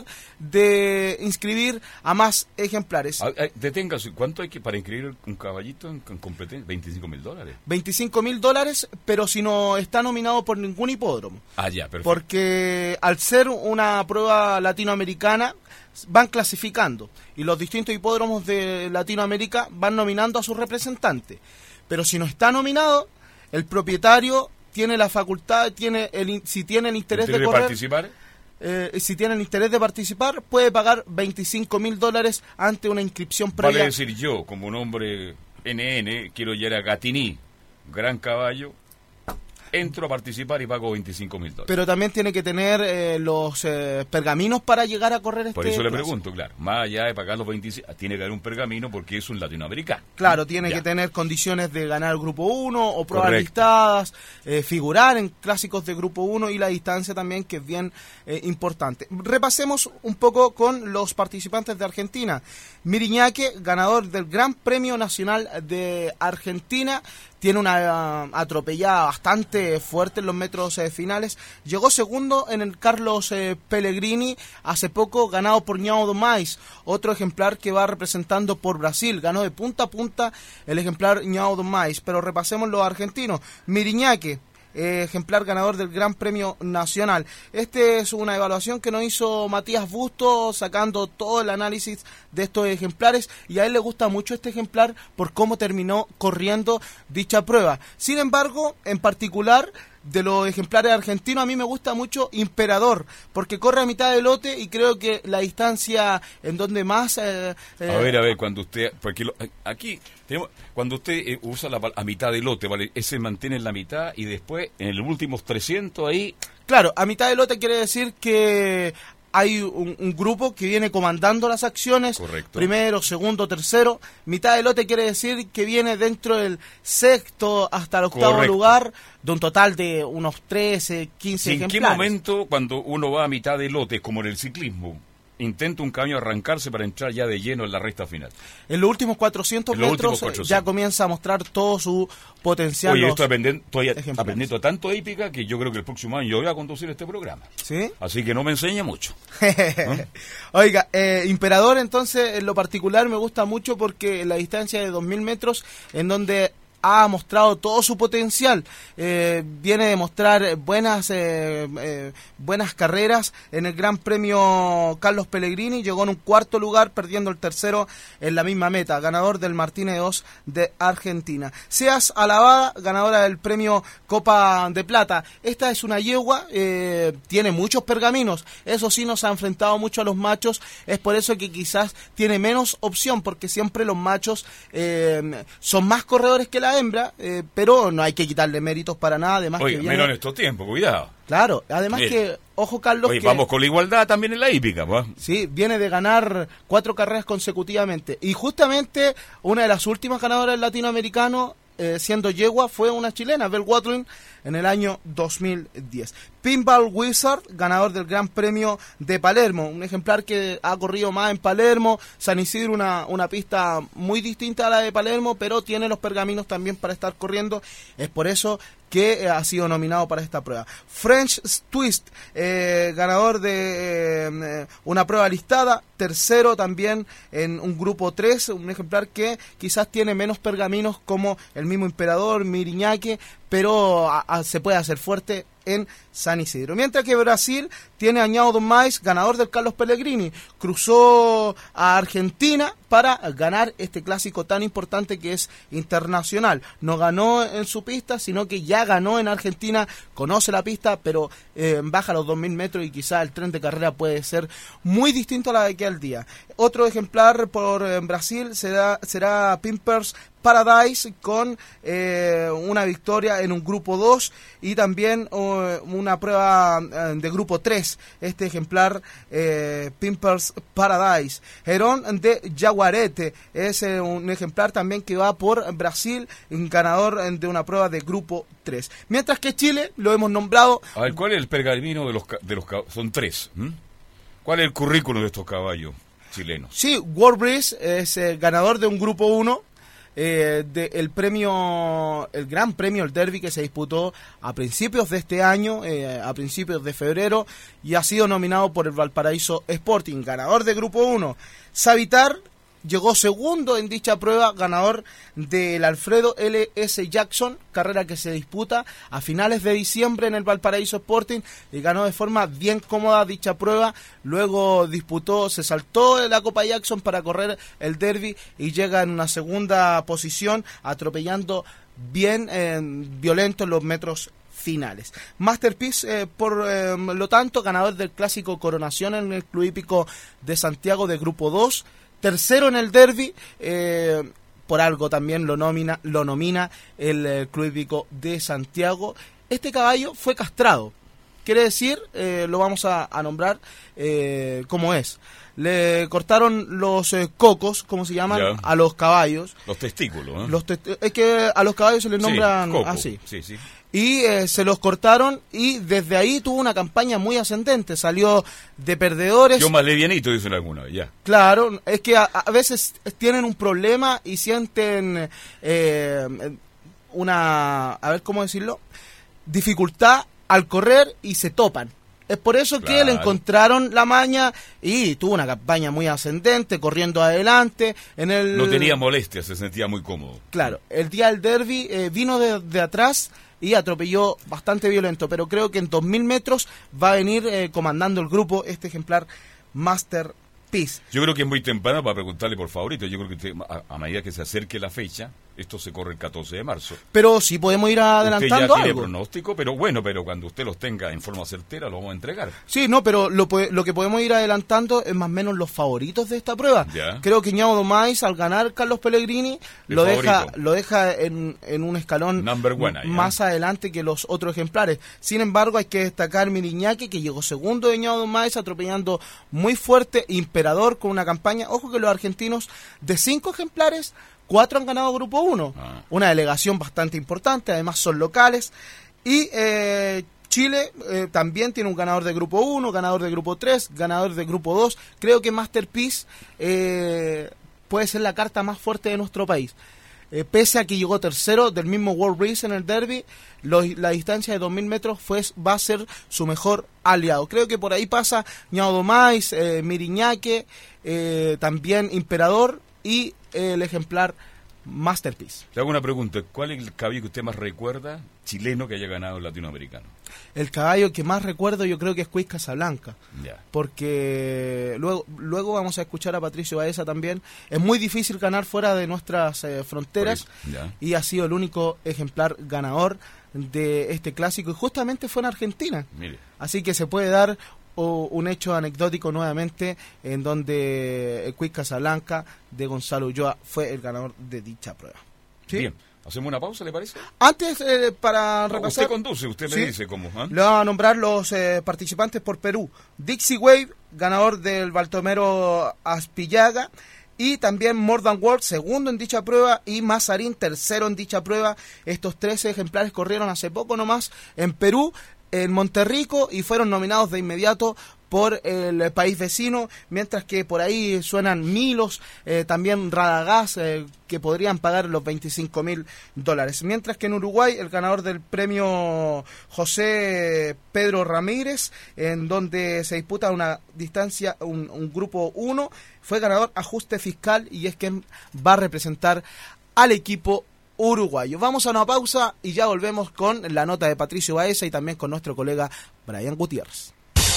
de inscribir a más ejemplares. Ah, eh, deténgase, ¿cuánto hay que para inscribir un caballito en, en competencia? veinticinco mil dólares. veinticinco mil dólares, pero si no está nominado por ningún hipódromo. Ah, ya, perfecto. Porque al ser una prueba latinoamericana, van clasificando y los distintos hipódromos de Latinoamérica van nominando a sus representantes. Pero si no está nominado, el propietario tiene la facultad, tiene el, si tiene el interés de correr, participar? eh, si tienen interés de participar, puede pagar veinticinco mil dólares ante una inscripción previa. Vale decir, yo, como un hombre N N, quiero llegar a Gatiní, gran caballo, entro a participar y pago veinticinco mil dólares. Pero también tiene que tener eh, los eh, pergaminos para llegar a correr este Por eso le plazo. pregunto, claro, más allá de pagar los veinticinco, tiene que haber un pergamino porque es un latinoamericano. Claro, tiene Ya. que tener condiciones de ganar el Grupo uno o pruebas Correcto. listadas, eh, figurar en clásicos de Grupo uno y la distancia también, que es bien eh, importante. Repasemos un poco con los participantes de Argentina. Miriñaque, ganador del Gran Premio Nacional de Argentina, tiene una uh, atropellada bastante fuerte en los metros eh, finales. Llegó segundo en el Carlos eh, Pellegrini, hace poco ganado por Ñao Domais, otro ejemplar que va representando por Brasil. Ganó de punta a punta el ejemplar Ñao Domais. Pero repasemos los argentinos. Miriñaque, eh, ejemplar ganador del Gran Premio Nacional. Este es una evaluación que nos hizo Matías Busto, sacando todo el análisis de estos ejemplares, y a él le gusta mucho este ejemplar por cómo terminó corriendo dicha prueba. Sin embargo, en particular, de los ejemplares argentinos, a mí me gusta mucho Imperador, porque corre a mitad de lote y creo que la distancia en donde más... Eh, eh, A ver, a ver, cuando usted, porque lo- aquí tenemos, cuando usted eh, usa la pal- a mitad de lote, ¿vale? Ese mantiene en la mitad y después en los últimos trescientos ahí... Claro, a mitad de lote quiere decir que hay un, un grupo que viene comandando las acciones. Correcto. Primero, segundo, tercero. Mitad de lote quiere decir que viene dentro del sexto hasta el octavo Correcto. lugar, de un total de unos trece, quince ¿En qué ejemplares. momento, cuando uno va a mitad de lote, como en el ciclismo, intenta un caballo arrancarse para entrar ya de lleno en la recta final? En los últimos cuatrocientos En los metros últimos eh, cuatrocientos. ya comienza a mostrar todo su potencial. Oye, los estoy aprendiendo, estoy ejemplares. aprendiendo tanto de hípica que yo creo que el próximo año yo voy a conducir este programa. ¿Sí? Así que no me enseña mucho. Oiga, eh, Imperador, entonces, en lo particular me gusta mucho porque la distancia de dos mil metros, en donde ha mostrado todo su potencial, eh, viene de mostrar buenas eh, eh, buenas carreras en el Gran Premio Carlos Pellegrini, llegó en un cuarto lugar, perdiendo el tercero en la misma meta, ganador del Martínez dos de Argentina. Seas Alabada, ganadora del premio Copa de Plata. Esta es una yegua, eh, tiene muchos pergaminos, eso sí, nos ha enfrentado mucho a los machos, es por eso que quizás tiene menos opción, porque siempre los machos eh, son más corredores que la hembra, eh, pero no hay que quitarle méritos para nada, además Oye, que viene... menos en estos tiempos, cuidado. Claro, además Mire. que, ojo Carlos, Oye, que... vamos con la igualdad también en la hípica, pues. Sí, viene de ganar cuatro carreras consecutivamente. Y justamente una de las últimas ganadoras del latinoamericano, eh, siendo yegua, fue una chilena, Belle Watling, en el año dos mil diez. Pinball Wizard, ganador del Gran Premio de Palermo, un ejemplar que ha corrido más en Palermo. San Isidro, una, una pista muy distinta a la de Palermo, pero tiene los pergaminos también para estar corriendo. Es por eso que eh, ha sido nominado para esta prueba. French Twist, eh, ganador de eh, una prueba listada, tercero también en un grupo tres, un ejemplar que quizás tiene menos pergaminos como el mismo Imperador, Miriñaque, pero a, a, se puede hacer fuerte en San Isidro. Mientras que Brasil tiene a Ñao Domais, ganador del Carlos Pellegrini. Cruzó a Argentina para ganar este clásico tan importante que es internacional. No ganó en su pista, sino que ya ganó en Argentina, conoce la pista, pero eh, baja los dos mil metros y quizá el tren de carrera puede ser muy distinto a la de aquí al día. Otro ejemplar por eh, Brasil será, será Pimpers Paradise, con eh, una victoria en un grupo dos y también uh, una prueba uh, de grupo tres, este ejemplar eh, Pimpers Paradise. Herón de Jaguarete es eh, un ejemplar también que va por Brasil, un ganador de una prueba de grupo tres. Mientras que Chile, lo hemos nombrado... A ver, ¿cuál es el pergamino de los, ca- de los caballos? Son tres. ¿m? ¿Cuál es el currículum de estos caballos chilenos? Sí, World Breeze es eh, ganador de un grupo uno, eh, del premio, el Gran Premio, el Derby, que se disputó a principios de este año, eh, a principios de febrero, y ha sido nominado por el Valparaíso Sporting, ganador de grupo uno. Savitar llegó segundo en dicha prueba, ganador del Alfredo L S Jackson, carrera que se disputa a finales de diciembre en el Valparaíso Sporting, y ganó de forma bien cómoda dicha prueba. Luego disputó, se saltó de la Copa Jackson para correr el Derby y llega en una segunda posición, atropellando bien eh, violento en los metros finales. Masterpiece, eh, por eh, lo tanto, ganador del clásico Coronación en el Club Hípico de Santiago de Grupo dos, tercero en el Derby, eh, por algo también lo nomina, lo nomina el eh, Club Hípico de Santiago. Este caballo fue castrado, quiere decir, eh, lo vamos a, a nombrar eh, como es. Le cortaron los eh, cocos, como se llaman, ya. a los caballos. Los testículos, ¿eh? Los test- es que a los caballos se les nombran sí, coco. así. Sí, sí. Y eh, se los cortaron y desde ahí tuvo una campaña muy ascendente. Salió de perdedores. Yo más livianito, dicen algunos, ya. Claro, es que a, a veces tienen un problema y sienten eh, una, a ver cómo decirlo, dificultad al correr y se topan. Es por eso que Claro. le encontraron la maña y tuvo una campaña muy ascendente, corriendo adelante. En el No tenía molestia, se sentía muy cómodo. Claro, el día del derby eh, vino de, de atrás y atropelló bastante violento, pero creo que en dos mil metros va a venir eh, comandando el grupo este ejemplar Masterpiece. Yo creo que es muy temprano para preguntarle por favorito. Yo creo que usted, a, a medida que se acerque la fecha, esto se corre el catorce de marzo. Pero sí podemos ir adelantando Usted ya tiene algo. pronóstico, pero bueno, pero cuando usted los tenga en forma certera, lo vamos a entregar. Sí, no, pero lo, po- lo que podemos ir adelantando es más o menos los favoritos de esta prueba. Ya. Creo que Ñao Domais, al ganar Carlos Pellegrini, lo deja, favorito. lo deja en, en un escalón Number one ahí, ¿eh? más adelante que los otros ejemplares. Sin embargo, hay que destacar Miriñaki, que llegó segundo de Ñao Domais, atropellando muy fuerte, Imperador con una campaña. Ojo que los argentinos, de cinco ejemplares, cuatro han ganado Grupo uno. Ah. Una delegación bastante importante, además son locales. Y eh, Chile eh, también tiene un ganador de Grupo uno, ganador de Grupo tres, ganador de Grupo dos. Creo que Masterpiece eh, puede ser la carta más fuerte de nuestro país. Eh, pese a que llegó tercero del mismo World Race en el Derby, lo- la distancia de dos mil metros fue, va a ser su mejor aliado. Creo que por ahí pasa Ñao Domais, eh, Miriñaque, eh, también Imperador y eh, el ejemplar Masterpiece. Le hago una pregunta. ¿Cuál es el caballo que usted más recuerda chileno que haya ganado el latinoamericano? El caballo que más recuerdo yo creo que es Quiz Casablanca. Ya. Porque luego luego vamos a escuchar a Patricio Baeza también. Es muy difícil ganar fuera de nuestras eh, fronteras Por eso, ya. y ha sido el único ejemplar ganador de este clásico y justamente fue en Argentina. Mire. Así que se puede dar o, un hecho anecdótico nuevamente en donde el Quiz Casablanca de Gonzalo Ulloa fue el ganador de dicha prueba. ¿Sí? Bien. ¿Hacemos una pausa, le parece? Antes, eh, para No, repasar... usted conduce, usted me Sí. dice cómo. ¿ah? Le voy a nombrar los eh, participantes por Perú. Dixie Wave, ganador del Baltomero Aspillaga. Y también More Than World, segundo en dicha prueba. Y Mazarín, tercero en dicha prueba. Estos trece ejemplares corrieron hace poco nomás en Perú, en Monterrico, y fueron nominados de inmediato por el país vecino, mientras que por ahí suenan Milos, eh, también Radagás, eh, que podrían pagar los veinticinco mil dólares. Mientras que en Uruguay, el ganador del premio José Pedro Ramírez, en donde se disputa una distancia, un, un grupo uno, fue ganador Ajuste Fiscal y es quien va a representar al equipo uruguayo. Vamos a una pausa y ya volvemos con la nota de Patricio Baeza y también con nuestro colega Brian Gutiérrez.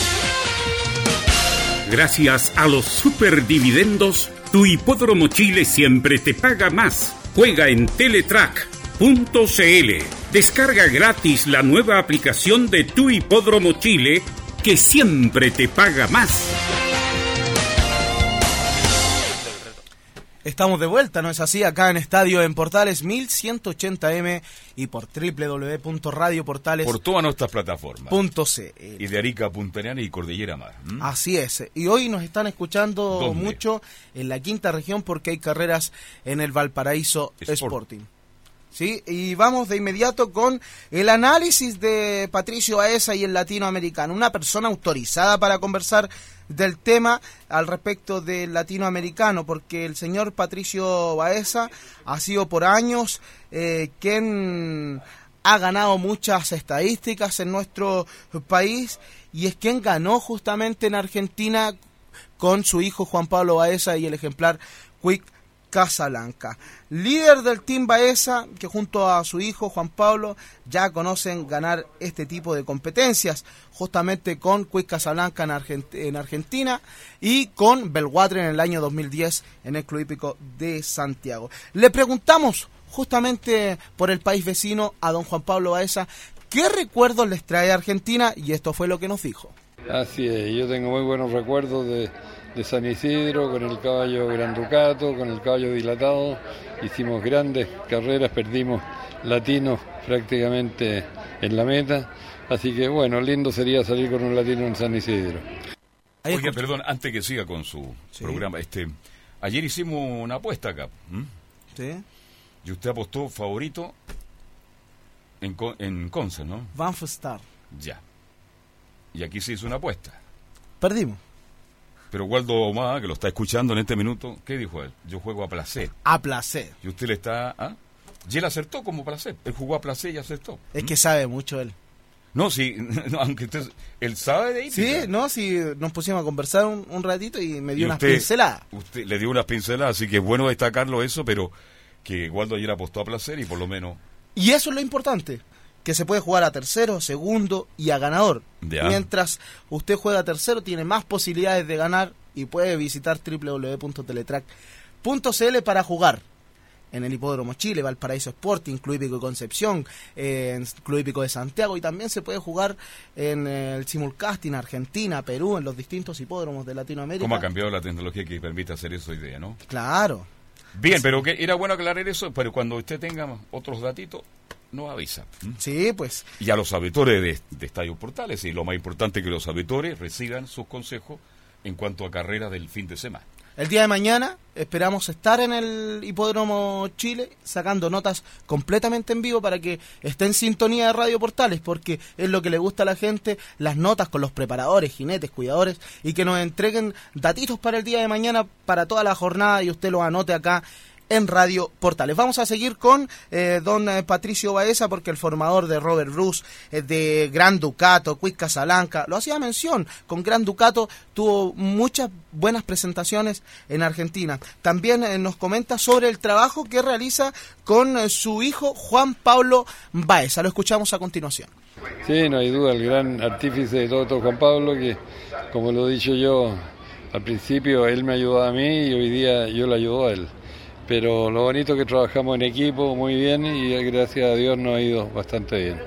Gracias a los superdividendos, tu Hipódromo Chile siempre te paga más. Juega en teletrack punto c l. Descarga gratis la nueva aplicación de tu Hipódromo Chile que siempre te paga más. Estamos de vuelta, ¿no es así? Acá en Estadio en Portales mil ciento ochenta eme y por doble u doble u doble u punto radio portales Por todas nuestras plataformas. punto c l. Y de Arica a Punta Arenas y Cordillera Mar. ¿m? Así es. Y hoy nos están escuchando ¿Dónde? mucho en la quinta región porque hay carreras en el Valparaíso Sport. Sporting. ¿Sí? Y vamos de inmediato con el análisis de Patricio Baeza y el latinoamericano. Una persona autorizada para conversar del tema al respecto del latinoamericano, porque el señor Patricio Baeza ha sido por años eh, quien ha ganado muchas estadísticas en nuestro país y es quien ganó justamente en Argentina con su hijo Juan Pablo Baeza y el ejemplar Quick Casablanca. Líder del Team Baeza, que junto a su hijo Juan Pablo ya conocen ganar este tipo de competencias, justamente con Quick Casablanca en, Argent en Argentina y con Belwater en el año dos mil diez en el Club Hípico de Santiago. Le preguntamos justamente por el país vecino a don Juan Pablo Baeza, ¿Qué recuerdos les trae Argentina? Y esto fue lo que nos dijo. Así es, yo tengo muy buenos recuerdos de, de San Isidro, con el caballo Gran Ducato, con el caballo dilatado. Hicimos grandes carreras, perdimos latinos prácticamente en la meta. Así que bueno, lindo sería salir con un latino en San Isidro. Oiga, perdón, antes que siga con su sí. programa, este, ayer hicimos una apuesta acá. ¿m? Sí. Y usted apostó favorito en, en Conce, ¿no? Van Star. Ya. Y aquí se hizo una apuesta. Perdimos. Pero Waldo Omada, que lo está escuchando en este minuto, ¿qué dijo él? Yo juego a placer. A placer. Y usted le está... ¿ah? Y él acertó como placer. Él jugó a placer y acertó. Es ¿Mm? que sabe mucho él. No, sí, no, aunque usted, él sabe de ahí. Sí, no, sí, nos pusimos a conversar un, un ratito y me dio y unas usted, pinceladas. Usted le dio unas pinceladas, así que es bueno destacarlo eso, pero que Waldo ayer apostó a placer y por lo menos... Y eso es lo importante, que se puede jugar a tercero, segundo y a ganador. Ya. Mientras usted juega a tercero, tiene más posibilidades de ganar y puede visitar doble u doble u doble u punto teletrack punto c l para jugar. En el Hipódromo Chile, Valparaíso Sporting, Club Hípico de Concepción, eh, en Club Hípico de Santiago, y también se puede jugar en eh, el Simulcasting, Argentina, Perú, en los distintos hipódromos de Latinoamérica. ¿Cómo ha cambiado la tecnología que permite hacer eso hoy día, no? Claro. Bien, sí. Pero que era bueno aclarar eso, pero cuando usted tenga otros datitos, nos avisa. ¿Mm? Sí, pues. Y a los auditores de, de Estadio Portales, y lo más importante que los auditores reciban sus consejos en cuanto a carreras del fin de semana. El día de mañana esperamos estar en el Hipódromo Chile sacando notas completamente en vivo para que esté en sintonía de Radio Portales, porque es lo que le gusta a la gente, las notas con los preparadores, jinetes, cuidadores, y que nos entreguen datitos para el día de mañana, para toda la jornada, y usted lo anote acá en Radio Portales. Vamos a seguir con eh, don eh, Patricio Baeza, porque el formador de Robert Bruce, eh, de Gran Ducato, Quick Casablanca, lo hacía mención, con Gran Ducato tuvo muchas buenas presentaciones en Argentina. También eh, nos comenta sobre el trabajo que realiza con eh, su hijo Juan Pablo Baeza. Lo escuchamos a continuación. Sí, no hay duda, el gran artífice de todo esto, Juan Pablo, que como lo he dicho yo al principio, él me ayudó a mí y hoy día yo le ayudo a él. Pero lo bonito es que trabajamos en equipo muy bien y gracias a Dios nos ha ido bastante bien.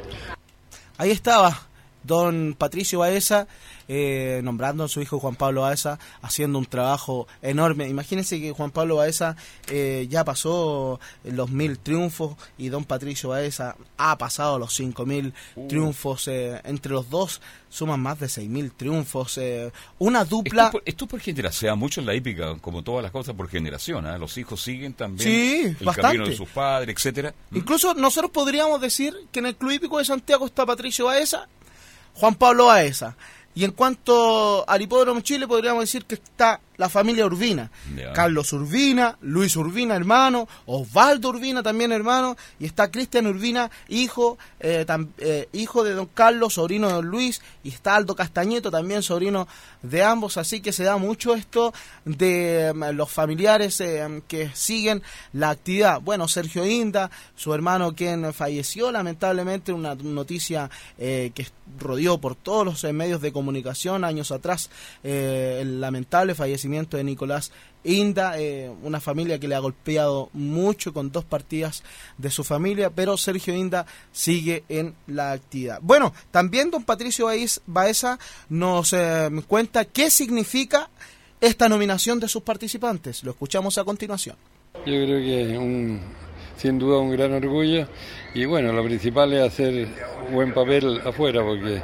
Ahí estaba don Patricio Baeza, eh, nombrando a su hijo Juan Pablo Baeza, haciendo un trabajo enorme. Imagínense que Juan Pablo Baeza eh, ya pasó los mil triunfos y don Patricio Baeza ha pasado los cinco mil uh. triunfos. Eh, entre los dos suman más de seis mil triunfos. Eh, una dupla... Esto por, esto por generación, se da mucho en la hípica, como todas las cosas por generación. ¿eh? Los hijos siguen también sí, el bastante. camino de sus padres, etcétera. Incluso nosotros podríamos decir que en el Club Hípico de Santiago está Patricio Baeza, Juan Pablo Baeza. Y en cuanto al Hipódromo Chile, podríamos decir que está la familia Urbina. Yeah. Carlos Urbina, Luis Urbina, hermano, Osvaldo Urbina, también hermano, y está Cristian Urbina, hijo, eh, tam, eh, hijo de don Carlos, sobrino de don Luis, y está Aldo Castañeto, también sobrino de ambos. Así que se da mucho esto de um, los familiares eh, que siguen la actividad. Bueno, Sergio Inda, su hermano, quien falleció lamentablemente, una noticia eh, que rodeó por todos los eh, medios de comunicación años atrás, eh, el lamentable fallecimiento de Nicolás Inda, eh, una familia que le ha golpeado mucho con dos partidas de su familia, pero Sergio Inda sigue en la actividad. Bueno, también don Patricio Baeza nos eh, cuenta qué significa esta nominación de sus participantes. Lo escuchamos a continuación. Yo creo que un, sin duda un gran orgullo, y bueno, lo principal es hacer buen papel afuera, porque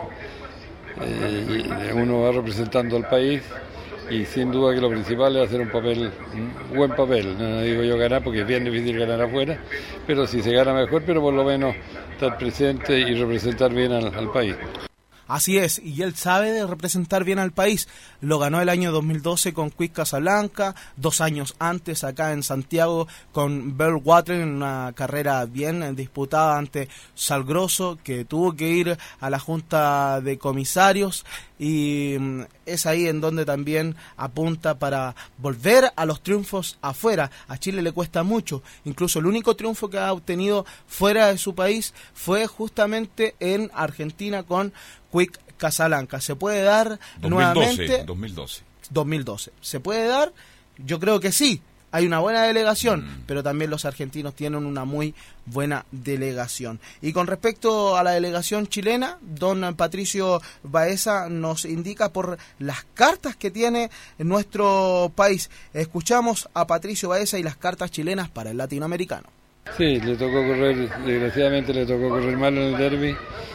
eh, uno va representando al país. Y sin duda que lo principal es hacer un papel, un buen papel. No digo yo ganar porque es bien difícil ganar afuera, pero si se gana mejor, pero por lo menos estar presente y representar bien al, al país. Así es, y él sabe de representar bien al país. Lo ganó el año dos mil doce con Quick Casablanca, dos años antes acá en Santiago con Bell Watling, en una carrera bien disputada ante Salgroso, que tuvo que ir a la Junta de Comisarios, y es ahí en donde también apunta para volver a los triunfos afuera. A Chile le cuesta mucho, incluso el único triunfo que ha obtenido fuera de su país fue justamente en Argentina con Quick Casablanca. ¿Se puede dar dos mil doce, nuevamente? dos mil doce. dos mil doce. ¿Se puede dar? Yo creo que sí, hay una buena delegación, Mm. pero también los argentinos tienen una muy buena delegación. Y con respecto a la delegación chilena, don Patricio Baeza nos indica por las cartas que tiene nuestro país. Escuchamos a Patricio Baeza y las cartas chilenas para el latinoamericano. Sí, le tocó correr, desgraciadamente le tocó correr mal en el derbi,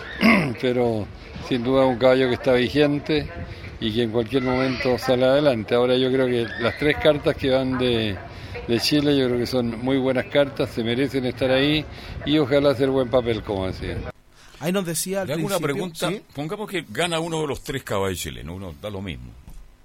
pero sin duda un caballo que está vigente y que en cualquier momento sale adelante. Ahora yo creo que las tres cartas que van de, de Chile, yo creo que son muy buenas cartas, se merecen estar ahí y ojalá hacer buen papel, como decía. Ahí nos decía al Le hago una principio, pregunta, ¿sí? pongamos que gana uno de los tres caballos chilenos, uno da lo mismo.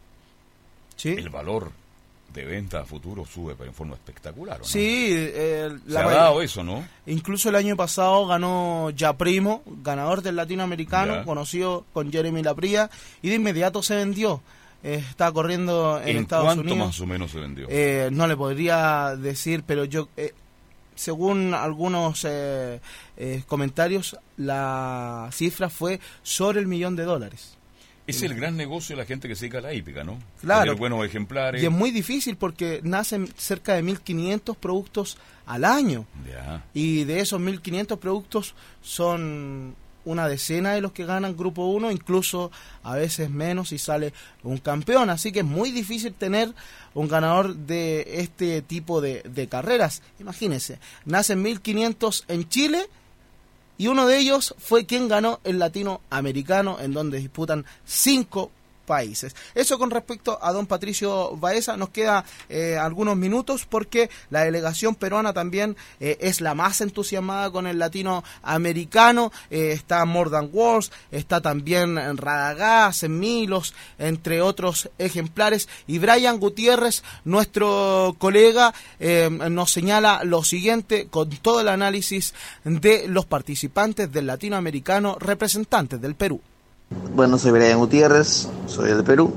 ¿Sí? El valor de venta a futuro sube pero en forma espectacular, ¿o no? Sí, eh, se ha dado eso, ¿no? Incluso el año pasado ganó Ya Primo, ganador del latinoamericano, Ya. conocido con Jeremy Lapría, y de inmediato se vendió. Eh, está corriendo en, ¿En Estados cuánto Unidos. más o menos se vendió? Eh, no le podría decir, pero yo, eh, según algunos eh, eh, comentarios, la cifra fue sobre el millón de dólares. Es el gran negocio de la gente que se dedica a la hípica, ¿no? Claro. Tener buenos ejemplares. Y es muy difícil porque nacen cerca de mil quinientos productos al año. Ya. Y de esos mil quinientos productos son una decena de los que ganan Grupo uno, incluso a veces menos si sale un campeón. Así que es muy difícil tener un ganador de este tipo de, de carreras. Imagínense, nacen mil quinientos en Chile y uno de ellos fue quien ganó el latinoamericano, en donde disputan cinco países. Eso con respecto a don Patricio Baeza. Nos queda eh, algunos minutos porque la delegación peruana también eh, es la más entusiasmada con el latinoamericano. Eh, está Mordan Wars, está también Radagast, Milos, entre otros ejemplares. Y Brian Gutiérrez, nuestro colega, eh, nos señala lo siguiente con todo el análisis de los participantes del latinoamericano representantes del Perú. Bueno, soy Brian Gutiérrez, soy del Perú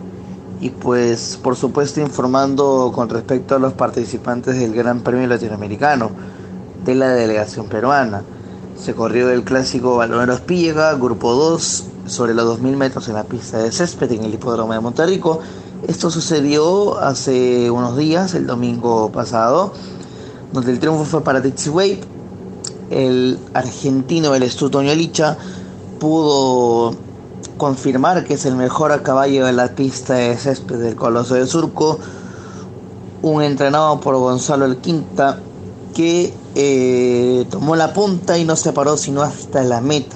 y pues por supuesto informando con respecto a los participantes del Gran Premio Latinoamericano de la delegación peruana. Se corrió el clásico Balonero Espillega, grupo dos, sobre los dos mil metros en la pista de césped en el hipódromo de Monterrico. Esto sucedió hace unos días, el domingo pasado, donde el triunfo fue para Dixie Wave. El argentino, el Estutoño Licha, pudo confirmar que es el mejor a caballo de la pista de césped del Coloso de Surco, un entrenado por Gonzalo El Quinta que eh, tomó la punta y no se paró sino hasta la meta,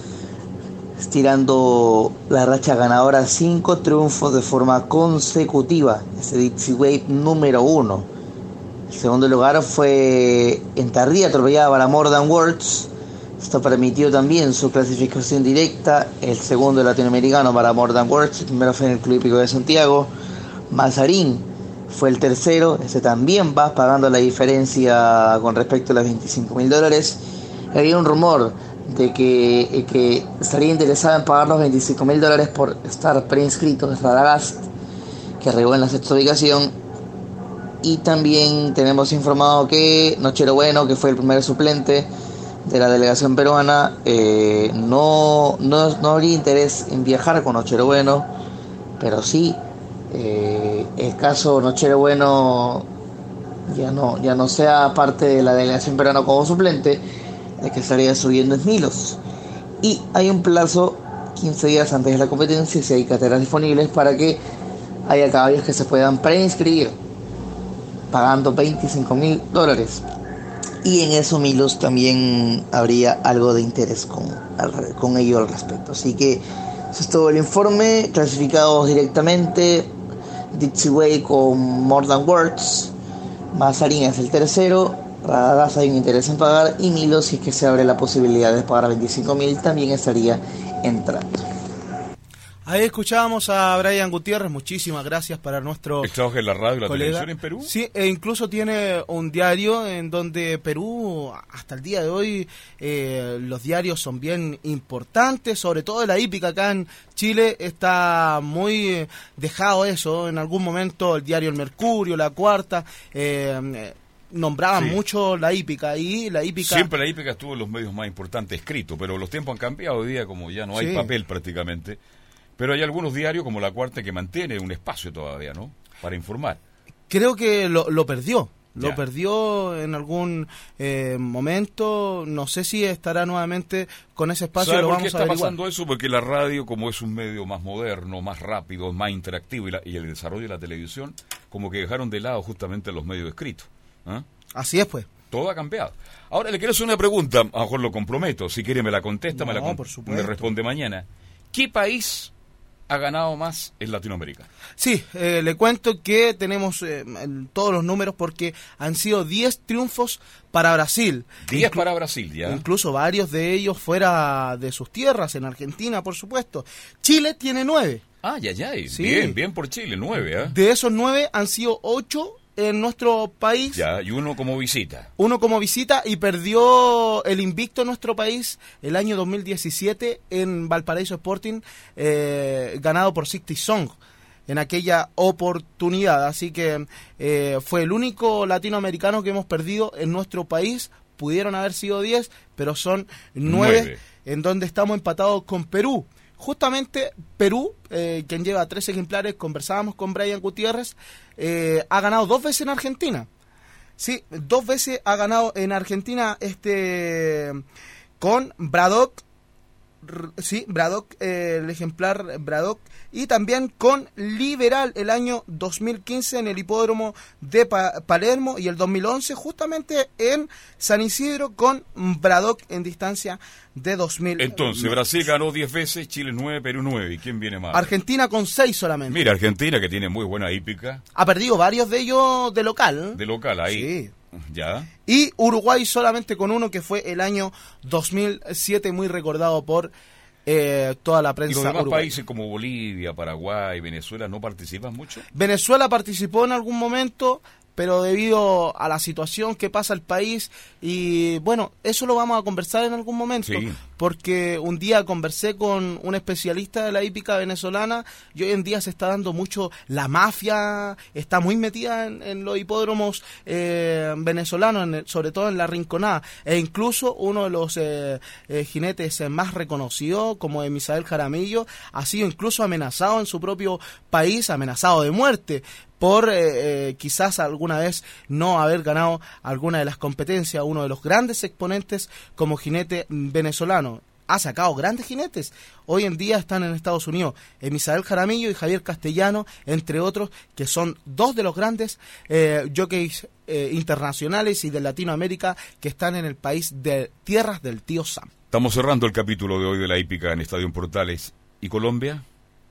estirando la racha ganadora, cinco triunfos de forma consecutiva, ese Dixie Wave número uno. El segundo lugar fue en Tardía, atropellada para Mordan Words. Esto permitió también su clasificación directa. El segundo latinoamericano para Mordan Words, el primero fue en el Club Hípico de Santiago. Mazarín fue el tercero, ese también va pagando la diferencia con respecto a los veinticinco mil dólares. Había un rumor de que, que estaría interesado en pagar los veinticinco mil dólares por estar preinscrito de Radagast, que arribó en la sexta ubicación. Y también tenemos informado que Nochero Bueno, que fue el primer suplente de la delegación peruana, eh, no, no, no habría interés en viajar con Nochero Bueno, pero sí, eh, el caso Nochero Bueno ya no, ya no sea parte de la delegación peruana como suplente, el que estaría subiendo es Milos. Y hay un plazo, quince días antes de la competencia, si hay carteras disponibles, para que haya caballos que se puedan preinscribir, pagando veinticinco mil dólares. Y en eso Milos también habría algo de interés con, con ello al respecto. Así que eso es todo el informe. Clasificados directamente: Dixie Way con Mordan Words, Mazarín es el tercero, Radagast hay un interés en pagar, y Milos, si es que se abre la posibilidad de pagar veinticinco mil, también estaría entrando. Ahí escuchábamos a Brian Gutiérrez, muchísimas gracias para nuestro ¿Él trabaja en la radio y la colega. televisión en Perú? Sí, e incluso tiene un diario en donde Perú, hasta el día de hoy, eh, los diarios son bien importantes, sobre todo la hípica acá en Chile está muy dejado eso. En algún momento el diario El Mercurio, La Cuarta, eh, nombraban Sí. mucho la hípica y la hípica... Siempre la hípica estuvo en los medios más importantes escrito, pero los tiempos han cambiado hoy día, como ya no hay Sí. papel prácticamente. Pero hay algunos diarios como La Cuarta que mantiene un espacio todavía, ¿no? Para informar. Creo que lo, lo perdió. Lo Ya. perdió en algún eh, momento. No sé si estará nuevamente con ese espacio. ¿Sabe Lo por vamos qué a está averiguar. pasando eso? Porque la radio, como es un medio más moderno, más rápido, más interactivo, y, la- y el desarrollo de la televisión, como que dejaron de lado justamente los medios escritos. ¿Ah? Así es, pues. Todo ha cambiado. Ahora le quiero hacer una pregunta, a lo mejor lo comprometo. Si quiere me la contesta, me la No, con- por supuesto. me responde mañana. ¿Qué país ha ganado más en Latinoamérica? Sí, eh, le cuento que tenemos eh, el- todos los números porque han sido diez triunfos para Brasil. diez Inclu- para Brasil, ya. Incluso varios de ellos fuera de sus tierras, en Argentina, por supuesto. Chile tiene nueve. Ah, ya, ya. Sí. Bien, bien por Chile, nueve, ¿ah? De esos nueve han sido ocho en nuestro país. Ya, y uno como visita. Uno como visita y perdió el invicto en nuestro país el año dos mil diecisiete en Valparaíso Sporting, eh, ganado por Sixty Song en aquella oportunidad. Así que eh, fue el único latinoamericano que hemos perdido en nuestro país. Pudieron haber sido diez, pero son nueve, Nueve. en donde estamos empatados con Perú. Justamente Perú, eh, quien lleva tres ejemplares, conversábamos con Brian Gutiérrez, eh, ha ganado dos veces en Argentina. Sí, dos veces ha ganado en Argentina este con Braddock, r- sí, Braddock, eh, el ejemplar Braddock, y también con Liberal el año dos mil quince en el hipódromo de Pa- Palermo y el dos mil once justamente en San Isidro con Braddock en distancia de dos mil. Entonces, Brasil ganó diez veces, Chile nueve, Perú nueve. ¿Y quién viene más? Argentina con seis solamente. Mira, Argentina, que tiene muy buena hípica, Ha perdido varios de ellos de local. de local ahí. Sí. Ya. Y Uruguay solamente con uno que fue el año dos mil siete, muy recordado por eh, toda la ¿Y prensa los demás uruguaya. países como Bolivia, Paraguay, Venezuela no participan mucho? Venezuela participó en algún momento, pero debido a la situación que pasa el país, y bueno, eso lo vamos a conversar en algún momento, Sí. porque un día conversé con un especialista de la hípica venezolana y hoy en día se está dando mucho, la mafia está muy metida en, en los hipódromos eh, venezolanos, en el- sobre todo en la Rinconada, e incluso uno de los eh, eh, jinetes eh, más reconocidos, como Misael Jaramillo, ha sido incluso amenazado en su propio país, amenazado de muerte, por eh, eh, quizás alguna vez no haber ganado alguna de las competencias, uno de los grandes exponentes como jinete venezolano. Ha sacado grandes jinetes. Hoy en día están en Estados Unidos. Misael Jaramillo y Javier Castellano, entre otros, que son dos de los grandes eh, jockeys eh, internacionales y de Latinoamérica que están en el país de tierras del tío Sam. Estamos cerrando el capítulo de hoy de la hípica en Estadio Portales. ¿Y Colombia?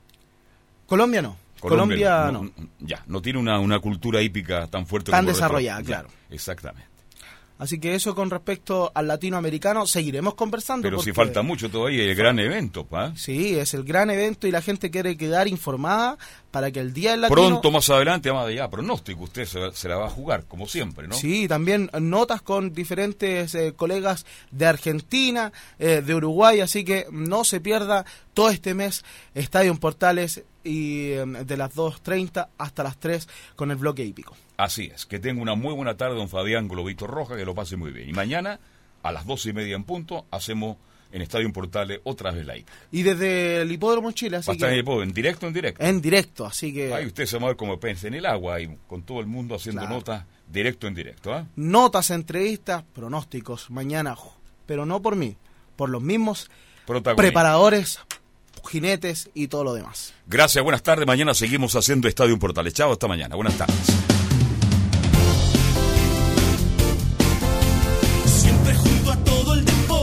Colombia no. Colombia, no. Ya, no tiene una, una cultura hípica tan fuerte. Tan como el resto. desarrollada, Ya, claro. Exactamente. Así que eso con respecto al latinoamericano, seguiremos conversando. Pero si porque- falta mucho todavía, el gran evento, ¿pa? Sí, es el gran evento y la gente quiere quedar informada para que el día del latino... Pronto, más adelante, más allá, pronóstico, usted se, se la va a jugar, como siempre, ¿no? Sí, también notas con diferentes eh, colegas de Argentina, eh, de Uruguay, así que no se pierda todo este mes Estadio en Portales y eh, de las dos treinta hasta las tres con el bloque hípico. Así es, que tenga una muy buena tarde, don Fabián Globito Roja, que lo pase muy bien. Y mañana, a las doce y media en punto, hacemos en Estadio en Portales otra vez la hípica. Y desde el Hipódromo Chile, así Va a estar que... en el hipódromo, en directo, en directo. En directo, así que... Ahí usted se va a ver como pez en el agua, ahí, con todo el mundo haciendo Claro. notas, directo, en directo, ¿ah? Notas, entrevistas, pronósticos, mañana, pero no por mí, por los mismos Protagonista. preparadores, jinetes y todo lo demás. Gracias, buenas tardes. Mañana seguimos haciendo Estadio en Portales. Chao, hasta mañana. Buenas tardes.